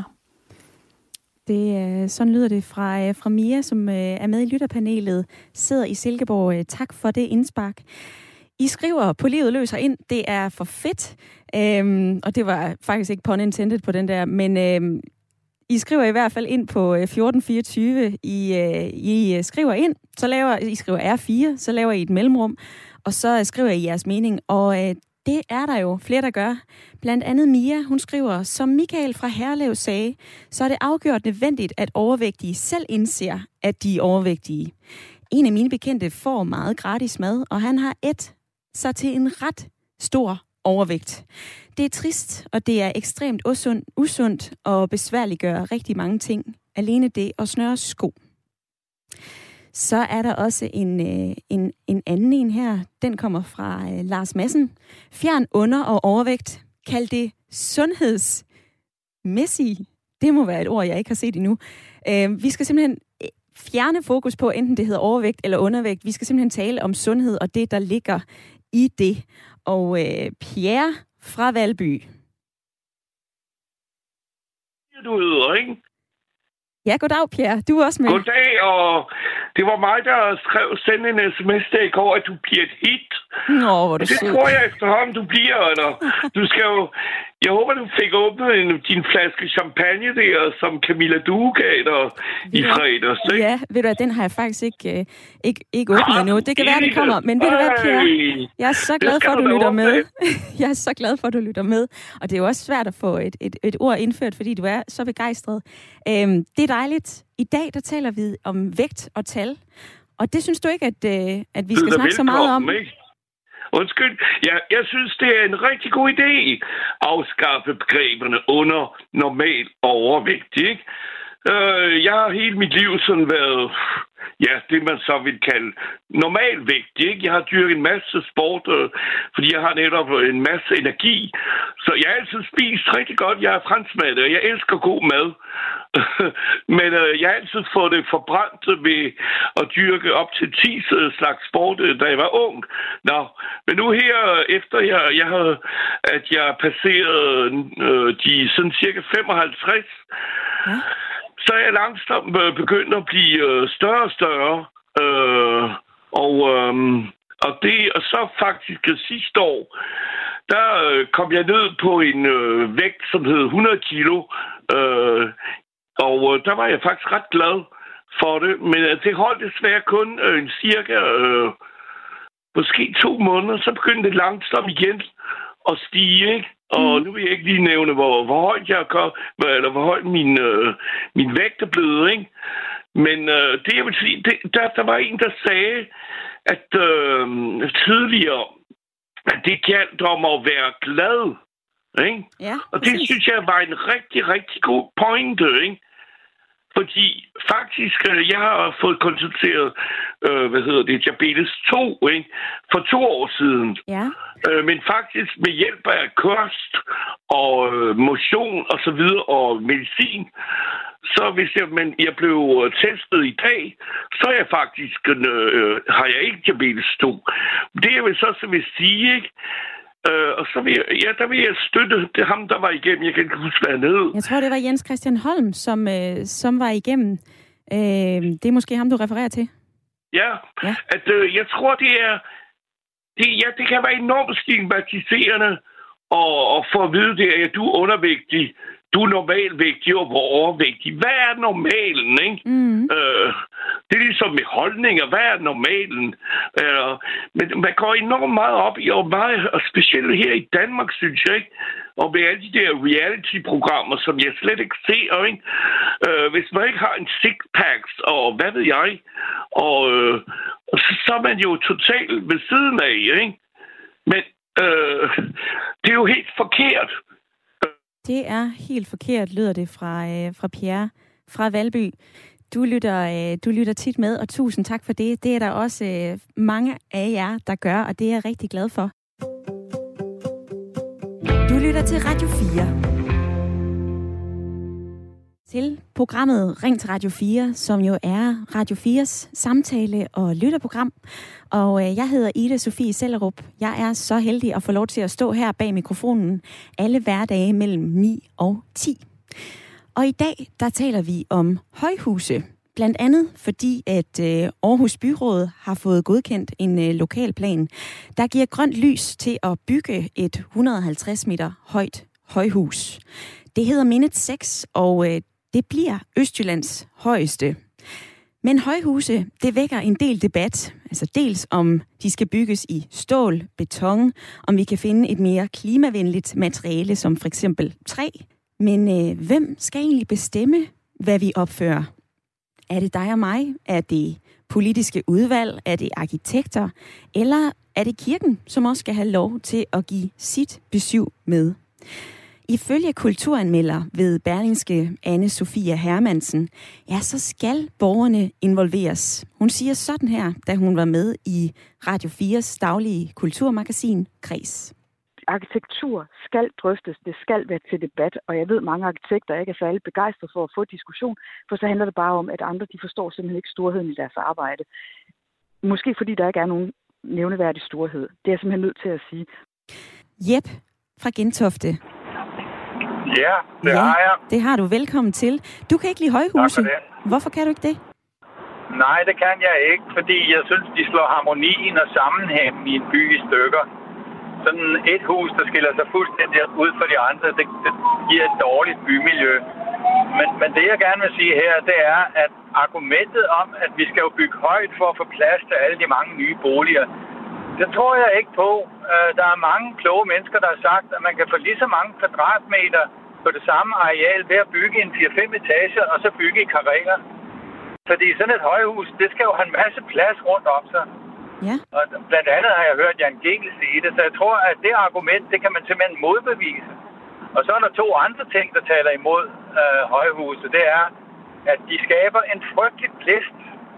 Sådan lyder det fra Mia, som er med i lytterpanelet, sidder i Silkeborg. Tak for det indspark. I skriver på livet løs herind, det er for fedt, og det var faktisk ikke pun intended på den der, men I skriver i hvert fald ind på 1424, I skriver ind, I skriver R4, så laver I et mellemrum, og så skriver I jeres mening, og det er der jo flere, der gør. Blandt andet Mia, hun skriver, som Michael fra Herlev sagde, så er det afgjort nødvendigt, at overvægtige selv indser, at de er overvægtige. En af mine bekendte får meget gratis mad, og han har sig til en ret stor overvægt. Det er trist, og det er ekstremt usundt og besværliggør rigtig mange ting. Alene det at snøre sko. Så er der også en anden en her. Den kommer fra Lars Madsen. Fjern under- og overvægt. Kald det sundhedsmæssigt. Det må være et ord, jeg ikke har set endnu. Vi skal simpelthen fjerne fokus på, enten det hedder overvægt eller undervægt. Vi skal simpelthen tale om sundhed og det, der ligger i det. Og Pierre fra Valby. Du hedder, ikke? Ja, goddag, Pierre. Du er også med. Goddag, og det var mig, der sendte en sms i går, at du bliver et hit. Hvor det tror jeg efterhånden, du bliver, eller? Du skal jo... Jeg håber, du fik åbnet din flaske champagne der, som Camilla Due gav dig i fredags, ikke? Ja, ved du hvad, den har jeg faktisk ikke åbnet endnu. Det kan være, det kommer. Men ved du hvad, Pierre? Jeg er så glad for, at du lytter med. Jeg er så glad for, at du lytter med. Og det er jo også svært at få et ord indført, fordi du er så begejstret. Det er dejligt. I dag, der taler vi om vægt og tal. Og det synes du ikke, at vi skal snakke så meget om? Ikke? Undskyld. Jeg synes, det er en rigtig god idé at afskaffe begreberne under normal overvægt, ikke? Jeg har hele mit liv sådan været, det man så vil kalde normalvægt, ikke? Jeg har dyrket en masse sport, fordi jeg har netop en masse energi. Så jeg har altid spist rigtig godt. Jeg er franskmad, og jeg elsker god mad. Men jeg har altid fået det forbrændt ved at dyrke op til 10 slags sport, da jeg var ung. Nå, men nu her, efter jeg passerede de sådan cirka 55, så er jeg langsomt begyndt at blive større og større. Og så faktisk sidste år, der kom jeg ned på en vægt, som hed 100 kilo. Og der var jeg faktisk ret glad for det. Men det holdt desværre kun cirka måske 2 måneder. Så begyndte det langsomt igen at stige, ikke? Og nu vil jeg ikke lige nævne, hvor højt jeg kom, eller hvor højt min vægt er blevet, ikke? Men det jeg vil sige, der var en, der sagde, at tidligere, at det galt om at være glad, ikke? Ja, og det synes jeg var en rigtig, rigtig god pointe, ikke? Fordi faktisk, jeg har fået konstateret, diabetes 2, ikke? For 2 år siden. Ja. Men faktisk med hjælp af kost og motion og så videre og medicin, så hvis jeg blev testet i dag, så er jeg faktisk, har jeg ikke diabetes 2. Det jeg vil sige, ikke? Og så der vil jeg støtte det ham, der var igennem. Jeg kan ikke huske, hvad han hed. Jeg tror, det var Jens Christian Holm, som var igennem. Det er måske ham, du refererer til. Ja. At jeg tror, det kan være enormt stigmatiserende at få at vide det, at du er undervægtig, du er normalvægtig og overvægtig. Hvad er normalen, ikke? Det er ligesom med holdninger. Hvad er normalen? Men man går enormt meget op i, og specielt her i Danmark, synes jeg, ikke? Og med alle de der reality-programmer, som jeg slet ikke ser, ikke? Hvis man ikke har en six-packs, og hvad ved jeg, og så er man jo totalt ved siden af, ikke? Men det er jo helt forkert. Det er helt forkert, lyder det fra Pierre fra Valby. Du lytter tit med, og tusind tak for det. Det er der også mange af jer, der gør, og det er jeg rigtig glad for. Du lytter til Radio 4. Til programmet Ring til Radio 4, som jo er Radio 4's samtale- og lytterprogram. Og jeg hedder Ida Sofie Sellerup. Jeg er så heldig at få lov til at stå her bag mikrofonen alle hverdage mellem 9 og 10. Og i dag, der taler vi om højhuse. Blandt andet fordi, at Aarhus Byråd har fået godkendt en lokalplan, der giver grønt lys til at bygge et 150 meter højt højhus. Det hedder Mindet 6, og det bliver Østjyllands højeste. Men højhuse, det vækker en del debat. Altså dels om de skal bygges i stål, beton, om vi kan finde et mere klimavenligt materiale, som for eksempel træ. Men hvem skal egentlig bestemme, hvad vi opfører? Er det dig og mig? Er det politiske udvalg? Er det arkitekter? Eller er det kirken, som også skal have lov til at give sit besyv med? Ifølge kulturanmelder ved Berlingske Anne Sofia Hermansen, ja, så skal borgerne involveres. Hun siger sådan her, da hun var med i Radio 4's daglige kulturmagasin Kreds. Arkitektur skal drøftes, det skal være til debat, og jeg ved, mange arkitekter ikke er særlig begejstrede for at få diskussion, for så handler det bare om, at andre de forstår simpelthen ikke storheden i deres arbejde. Måske fordi der ikke er nogen nævneværdig storhed. Det er jeg simpelthen nødt til at sige. Jep fra Gentofte. Ja, det har jeg. Det har du. Velkommen til. Du kan ikke lide højhuse. Tak for det. Hvorfor kan du ikke det? Nej, det kan jeg ikke, fordi jeg synes, de slår harmonien og sammenhængen i en by i stykker. Sådan et hus, der skiller sig fuldstændig ud fra de andre, det giver et dårligt bymiljø. Men det, jeg gerne vil sige her, det er, at argumentet om, at vi skal jo bygge højt for at få plads til alle de mange nye boliger, det tror jeg ikke på. Der er mange kloge mennesker, der har sagt, at man kan få lige så mange kvadratmeter på det samme areal ved at bygge en 4-5 etager, og så bygge i karreer. Fordi sådan et højhus, det skal jo have en masse plads rundt om sig. Ja. Og blandt andet har jeg hørt Jan Gehl sige det, så jeg tror, at det argument, det kan man simpelthen modbevise. Og så er der 2 andre ting, der taler imod højhuse. Det er, at de skaber en frygtelig blæst.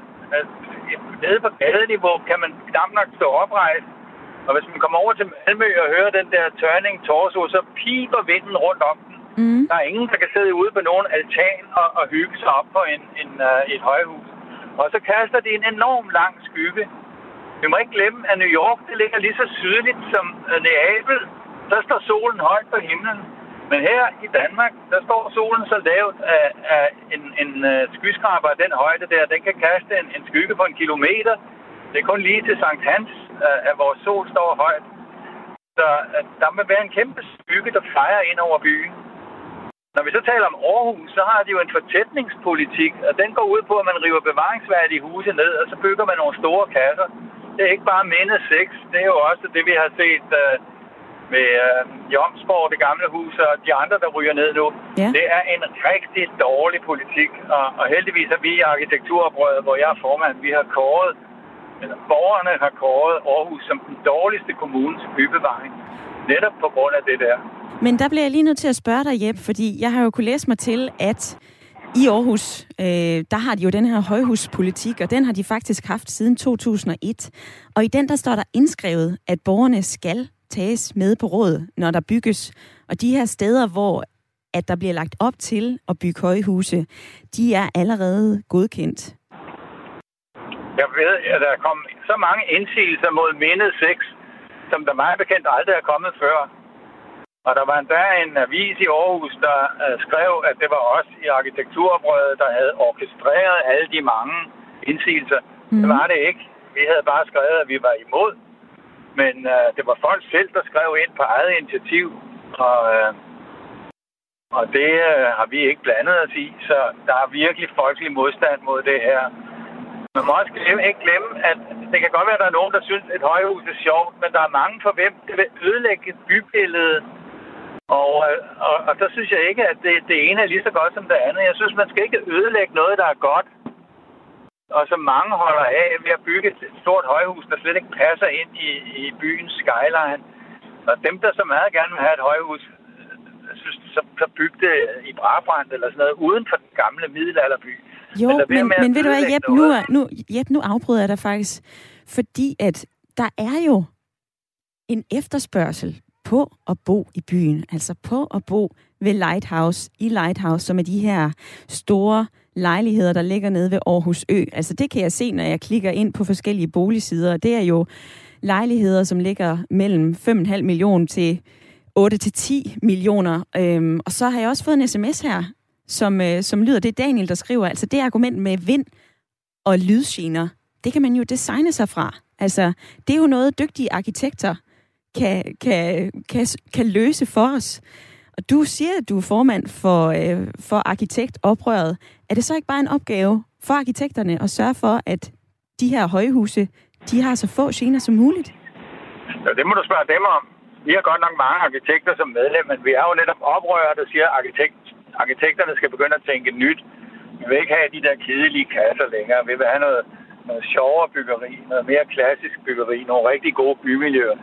Nede på gadeniveau kan man knap nok stå oprejst. Og hvis man kommer over til Malmø og hører den der Turning Torso, så piber vinden rundt om den. Der er ingen, der kan sidde ude på nogen altan og hygge sig op på et højhus. Og så kaster de en enorm lang skygge. Vi må ikke glemme, at New York, det ligger lige så sydligt som Neapel. Der står solen højt på himlen. Men her i Danmark, der står solen så lavt, at en skyskraber af den højde der, den kan kaste en skygge på 1 kilometer. Det er kun lige til Sankt Hans, at vores sol står højt. Så der må være en kæmpe skygge, der fejrer ind over byen. Når vi så taler om Aarhus, så har de jo en fortætningspolitik, og den går ud på, at man river bevaringsværdige huse ned, og så bygger man nogle store kasser. Det er ikke bare minde 6, det er jo også det, vi har set med Jomsborg, det gamle hus, og de andre, der ryger ned nu. Ja. Det er en rigtig dårlig politik, og heldigvis er vi i Arkitekturoprøret, hvor jeg er formand, vi har kåret, eller borgerne har kåret Aarhus som den dårligste kommune til bybevaring. Netop på grund af det der. Men der bliver jeg lige nødt til at spørge dig, Jep, fordi jeg har jo kunne læse mig til, at i Aarhus, der har de jo den her højhuspolitik, og den har de faktisk haft siden 2001. Og i den, der står der indskrevet, at borgerne skal tages med på råd, når der bygges. Og de her steder, hvor at der bliver lagt op til at bygge højhuse, de er allerede godkendt. Jeg ved, at der er kommet så mange indsigelser mod mindet 6, som der meget bekendt aldrig er kommet før. Og der var endda en avis i Aarhus, der skrev, at det var os i Arkitekturoprøret, der havde orkestreret alle de mange indsigelser. Det var det ikke. Vi havde bare skrevet, at vi var imod. Men det var folk selv, der skrev ind på eget initiativ. Og det har vi ikke blandet os i. Så der er virkelig folkelig modstand mod det her. Man må også ikke glemme, at det kan godt være, at der er nogen, der synes, at et højhus er sjovt, men der er mange for hvem det vil ødelægge bybilledet. Og der synes jeg ikke, at det ene er lige så godt som det andet. Jeg synes, man skal ikke ødelægge noget, der er godt, og som mange holder af ved at bygge et stort højhus, der slet ikke passer ind i byens skyline. Og dem, der så meget gerne vil have et højhus, synes, så bygge det i Brabrand eller sådan noget, uden for den gamle middelalderby. Jo, men ved du hvad, Jep, nu afbryder jeg dig faktisk, fordi at der er jo en efterspørgsel på at bo i byen, altså på at bo ved Lighthouse, som er de her store lejligheder, der ligger nede ved Aarhus Ø. Altså det kan jeg se, når jeg klikker ind på forskellige boligsider. Det er jo lejligheder, som ligger mellem 5,5 millioner til 8-10 millioner. Og så har jeg også fået en sms her, som lyder, det er Daniel, der skriver, altså det argument med vind og lydgener, det kan man jo designe sig fra. Altså det er jo noget, dygtige arkitekter kan løse for os. Og du siger, at du er formand for arkitektoprøret. Er det så ikke bare en opgave for arkitekterne at sørge for, at de her højhuse, de har så få gener som muligt? Ja, det må du spørge dem om. Vi har godt nok mange arkitekter som medlem, men vi er jo netop oprøret, der siger, at arkitekterne skal begynde at tænke nyt. Vi vil ikke have de der kedelige kasser længere. Vi vil have noget sjovere byggeri, noget mere klassisk byggeri, nogle rigtig gode bymiljøer.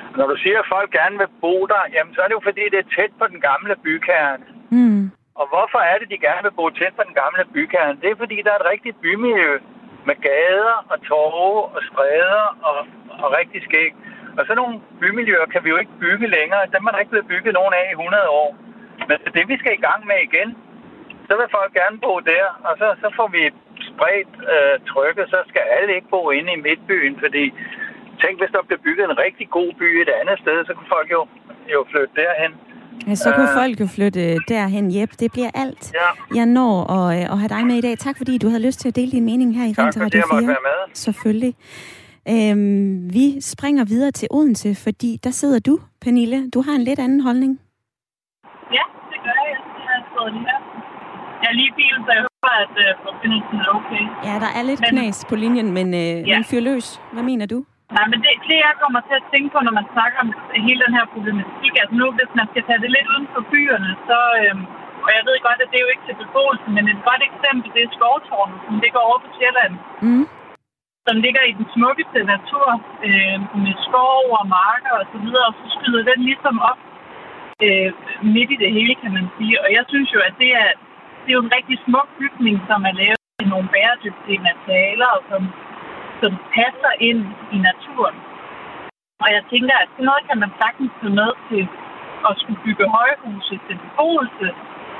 Når du siger, at folk gerne vil bo der, jamen så er det jo fordi, det er tæt på den gamle bykerne. Mm. Og hvorfor er det, de gerne vil bo tæt på den gamle bykerne? Det er fordi, der er et rigtigt bymiljø med gader og torve og stræder og rigtig skæg. Og så nogle bymiljøer kan vi jo ikke bygge længere. Dem er der ikke blevet bygget nogen af i 100 år. Men det vi skal i gang med igen, så vil folk gerne bo der. Og så får vi spredt trykket, så skal alle ikke bo inde i midtbyen. Fordi tænk, hvis der bliver bygget en rigtig god by et andet sted, så kunne folk jo flytte derhen. Ja, så kunne folk jo flytte derhen. Jep, det bliver alt. Ja. Jeg når at have dig med i dag. Tak fordi du havde lyst til at dele din mening her i Ring til Radio 4. Tak fordi jeg måtte være med. Selvfølgelig. Vi springer videre til Odense, fordi der sidder du, Pernille. Du har en lidt anden holdning. Ja, det gør jeg. Jeg har stået lige her. Jeg er lige i bilen, så jeg håber, at forbindelsen er okay. Ja, der er lidt knas på linjen, men fyr løs. Hvad mener du? Nej, men det jeg kommer til at tænke på, når man snakker om hele den her problematik, altså nu, hvis man skal tage det lidt uden for byerne, så, og jeg ved godt, at det er jo ikke til beboelse, men et godt eksempel, det er Skovtårnet, som ligger over på Sjælland. Mm. Som ligger i den smukkeste natur, med skov og marker og så videre, og så skyder den ligesom op midt i det hele, kan man sige. Og jeg synes jo, at det er jo en rigtig smuk bygning, som er lavet i nogle bæredygtige materialer, og som passer ind i naturen. Og jeg tænker, at sådan noget kan man sagtens få med til at skulle bygge højhuse til beboelse,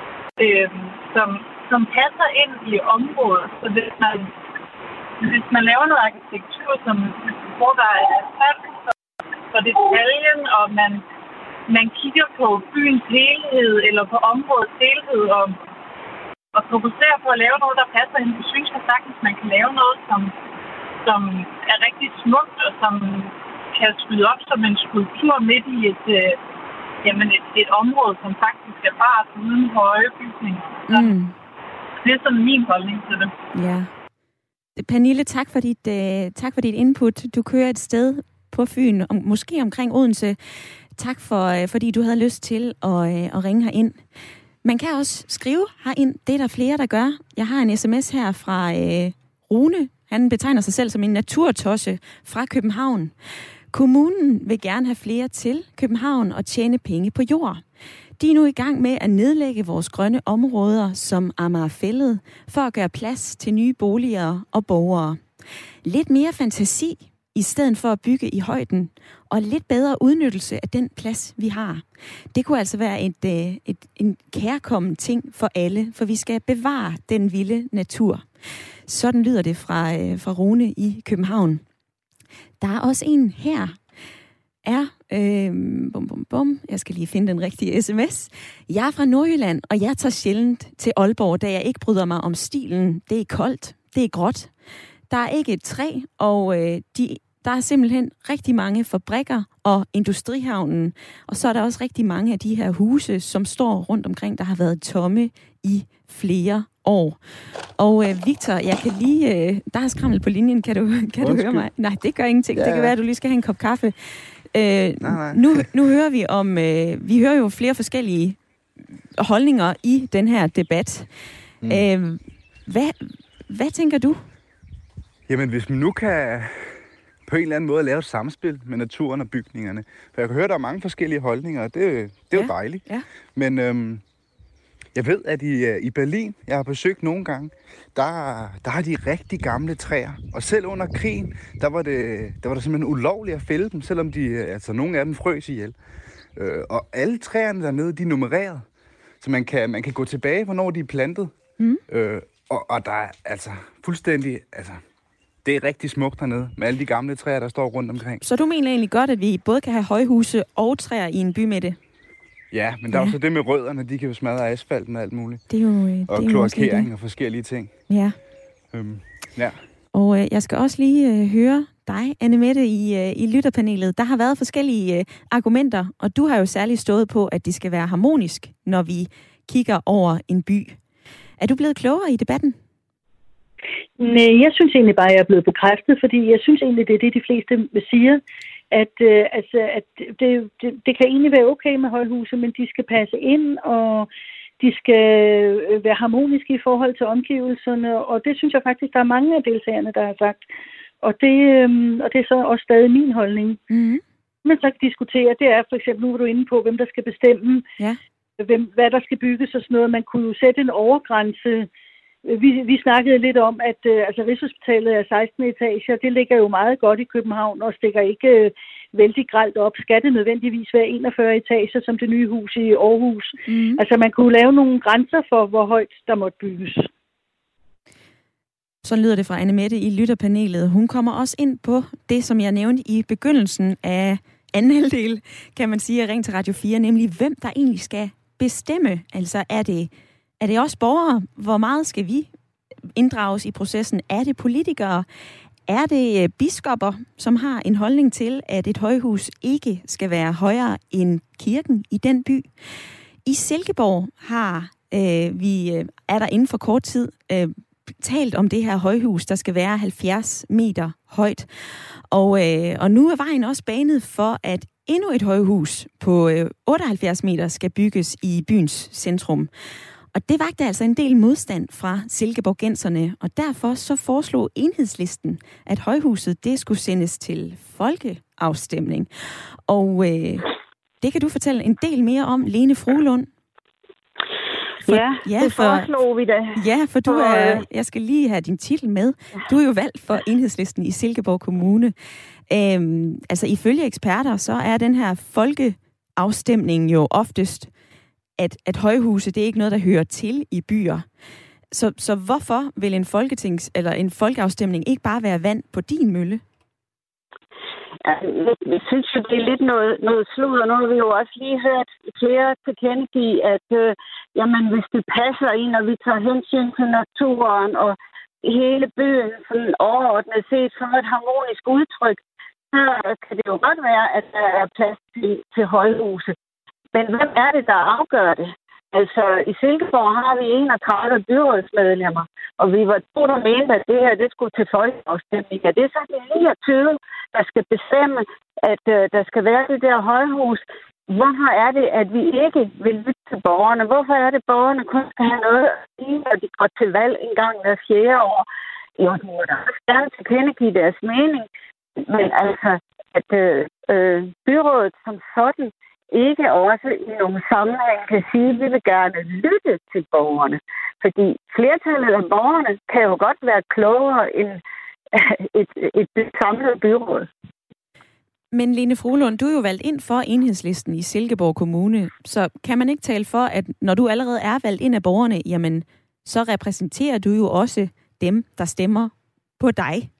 som passer ind i området. Så hvis man laver noget arkitektur, hvor der er fald for detaljen, og man kigger på byens helhed, eller på områdets helhed, og fokuserer på at lave noget, der passer ind, så synes jeg sagtens, man kan lave noget, som er rigtig smukt, og som kan skyde op som en skulptur midt i et område, som faktisk er bare uden høje bygninger. Mm. Det er sådan min holdning til det. Ja. Pernille, tak for dit input. Du kører et sted på Fyn, måske omkring Odense. Tak fordi du havde lyst til at ringe herind. Man kan også skrive herind. Det er der flere, der gør. Jeg har en sms her fra Rune. Han betegner sig selv som en naturtosse fra København. Kommunen vil gerne have flere til København og tjene penge på jord. De er nu i gang med at nedlægge vores grønne områder som Amagerfælled for at gøre plads til nye boliger og borgere. Lidt mere fantasi i stedet for at bygge i højden, og lidt bedre udnyttelse af den plads, vi har. Det kunne altså være en kærkommen ting for alle, for vi skal bevare den vilde natur. Sådan lyder det fra Rune i København. Der er også en her. Jeg skal lige finde den rigtige sms. Jeg er fra Nordjylland, og jeg tager sjældent til Aalborg, da jeg ikke bryder mig om stilen. Det er koldt, det er gråt. Der er ikke et træ, og der er simpelthen rigtig mange fabrikker og industrihavnen. Og så er der også rigtig mange af de her huse, som står rundt omkring, der har været tomme i flere år. Og Victor, jeg kan lige... der er skrammel på linjen, kan du høre mig? Nej, det gør ingenting. Ja. Det kan være, at du lige skal have en kop kaffe. Nej. Nu hører vi om... vi hører jo flere forskellige holdninger i den her debat. Hvad tænker du? Jamen, hvis man nu kan på en eller anden måde lave et samspil med naturen og bygningerne. For jeg kan høre, der er mange forskellige holdninger, og det er jo dejligt. Ja. Men jeg ved, at i Berlin, jeg har besøgt nogle gange, der har de rigtig gamle træer. Og selv under krigen, der var det simpelthen ulovligt at fælde dem, selvom nogle af dem frøs ihjel. Og alle træerne dernede, de er nummereret. Så man kan gå tilbage, hvornår de er plantet. Og der er altså fuldstændig... Det er rigtig smukt hernede, med alle de gamle træer, der står rundt omkring. Så du mener egentlig godt, at vi både kan have højhuse og træer i en bymidte? Ja, men der er også det med rødderne, de kan jo smadre asfalten og alt muligt. Det er jo, og kloakering og forskellige ting. Ja. Ja. Og jeg skal også lige høre dig, Annemette, i lytterpanelet. Der har været forskellige argumenter, og du har jo særligt stået på, at det skal være harmonisk, når vi kigger over en by. Er du blevet klogere i debatten? Nej, jeg synes egentlig bare, at jeg er blevet bekræftet, fordi jeg synes egentlig, det er det, de fleste siger, at det kan egentlig være okay med højhuse, men de skal passe ind, og de skal være harmoniske i forhold til omgivelserne, og det synes jeg faktisk, der er mange af deltagerne, der har sagt. Og det er så også stadig min holdning. Mm-hmm. man så kan diskutere, det er for eksempel, nu er du inde på, hvem der skal bestemme, hvad der skal bygges og sådan noget. Man kunne jo sætte en overgrænse. Vi snakkede lidt om, at Rigshospitalet er 16 etager. Det ligger jo meget godt i København og stikker ikke vældig grelt op. Skal det nødvendigvis være 41 etager som det nye hus i Aarhus? Altså man kunne lave nogle grænser for, hvor højt der måtte bygges. Så lyder det fra Anne-Mette i lytterpanelet. Hun kommer også ind på det, som jeg nævnte i begyndelsen af anden halvdel, kan man sige, af Ring til Radio 4, nemlig hvem der egentlig skal bestemme. Altså er det også borgere? Hvor meget skal vi inddrages i processen? Er det politikere? Er det biskopper, som har en holdning til, at et højhus ikke skal være højere end kirken i den by? I Silkeborg er der inden for kort tid talt om det her højhus, der skal være 70 meter højt. Og nu er vejen også banet for, at endnu et højhus på 78 meter skal bygges i byens centrum. Og det vagte altså en del modstand fra silkeborgenserne, og derfor så foreslog Enhedslisten, at højhuset det skulle sendes til folkeafstemning. Og det kan du fortælle en del mere om, Lene Fruelund. Det foreslog vi da. Ja, for du jeg skal lige have din titel med. Du er jo valgt for Enhedslisten i Silkeborg Kommune. Altså ifølge eksperter, så er den her folkeafstemning jo oftest, at højhuse, det er ikke noget, der hører til i byer. Så hvorfor vil en folkeafstemning ikke bare være vand på din mølle? Jeg synes jo, det er lidt noget sludder. Nu har vi jo også lige hørt flere tilkendegive, at hvis det passer ind, og vi tager hensyn til naturen og hele byen sådan overordnet set som et harmonisk udtryk, så kan det jo godt være, at der er plads til højhuse. Men hvem er det, der afgør det? Altså, i Silkeborg har vi 31 byrådsmedlemmer, og vi var to, der mente, at det her, det skulle til folkeafstemning. Det er så de 29, der skal bestemme, at der skal være det der højhus. Hvorfor er det, at vi ikke vil lytte til borgerne? Hvorfor er det, at borgerne kun skal have noget at sige, når de går til valg en gang hver 4. år? Jo, de må da også gerne tilkendegive deres mening. Men altså, at byrådet som sådan ikke også i nogle sammenhæng kan sige, at vi vil gerne lytte til borgerne. Fordi flertallet af borgerne kan jo godt være klogere end et samlet byråd. Men Lene Fruelund, du er jo valgt ind for Enhedslisten i Silkeborg Kommune. Så kan man ikke tale for, at når du allerede er valgt ind af borgerne, jamen så repræsenterer du jo også dem, der stemmer på dig.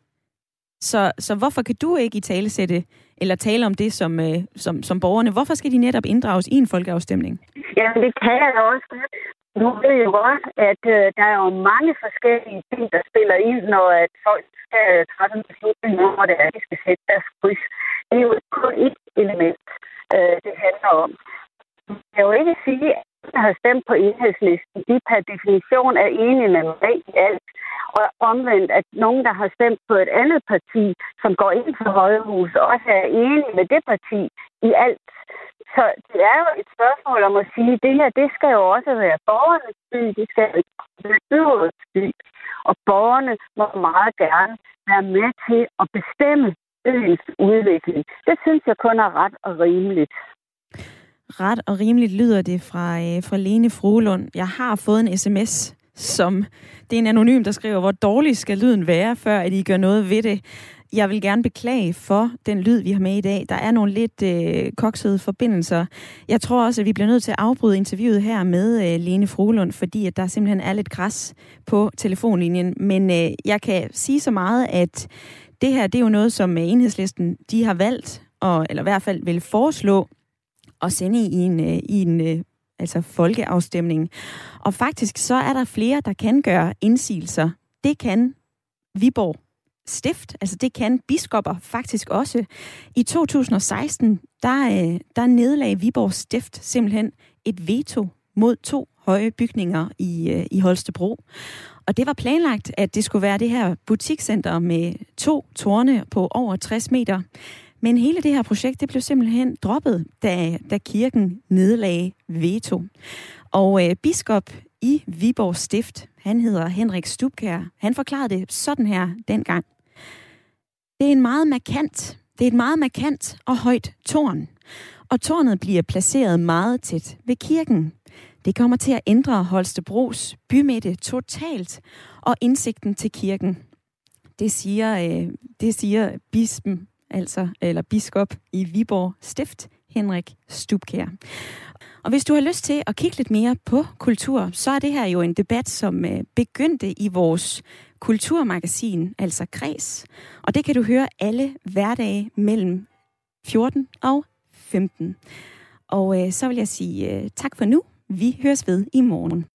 Så hvorfor kan du ikke italesætte eller tale om det som borgerne? Hvorfor skal de netop inddrages i en folkeafstemning? Ja, det kan jeg også godt. Nu ved jeg jo godt, at der er jo mange forskellige ting, der spiller ind, når at folk skal træffe en beslutning om, hvor det er, de skal sætte deres kryds. Det er jo kun et element, det handler om. Jeg kan jo ikke sige, at der har stemt på Enhedslisten, de per definition er enige med mig i alt. Og omvendt, at nogen, der har stemt på et andet parti, som går ind for højhus, også er enige med det parti i alt. Så det er jo et spørgsmål om at sige, at det her, det skal jo også være borgernes by, det skal jo ikke være byrådets by. Og borgerne må meget gerne være med til at bestemme øens udvikling. Det synes jeg kun er ret og rimeligt. Ret og rimeligt lyder det fra Lene Fruelund. Jeg har fået en sms, det er en anonym, der skriver, hvor dårlig skal lyden være, før at I gør noget ved det. Jeg vil gerne beklage for den lyd, vi har med i dag. Der er nogle lidt koksede forbindelser. Jeg tror også, at vi bliver nødt til at afbryde interviewet her med Lene Fruelund, fordi at der simpelthen er lidt græs på telefonlinjen. Men jeg kan sige så meget, at det her, det er jo noget, som Enhedslisten, de har valgt, eller i hvert fald vil foreslå at sende i en folkeafstemning. Og faktisk så er der flere, der kan gøre indsigelser. Det kan Viborg Stift, altså det kan biskopper faktisk også. I 2016, der nedlagde Viborg Stift simpelthen et veto mod 2 høje bygninger i Holstebro. Og det var planlagt, at det skulle være det her butikscenter med 2 tårne på over 60 meter. Men hele det her projekt, det blev simpelthen droppet, da kirken nedlagde veto. Og biskop i Viborg Stift, han hedder Henrik Stubkjær, han forklarede det sådan her dengang. Det er en meget markant Det er et meget markant og højt tårn, og tårnet bliver placeret meget tæt ved kirken. Det kommer til at ændre Holstebros bymidte totalt og indsigten til kirken. Det siger bispen, eller biskop i Viborg Stift, Henrik Stubkjær. Og hvis du har lyst til at kigge lidt mere på kultur, så er det her jo en debat, som begyndte i vores kulturmagasin, altså Kreds. Og det kan du høre alle hverdage mellem 14 og 15. Og så vil jeg sige tak for nu. Vi høres ved i morgen.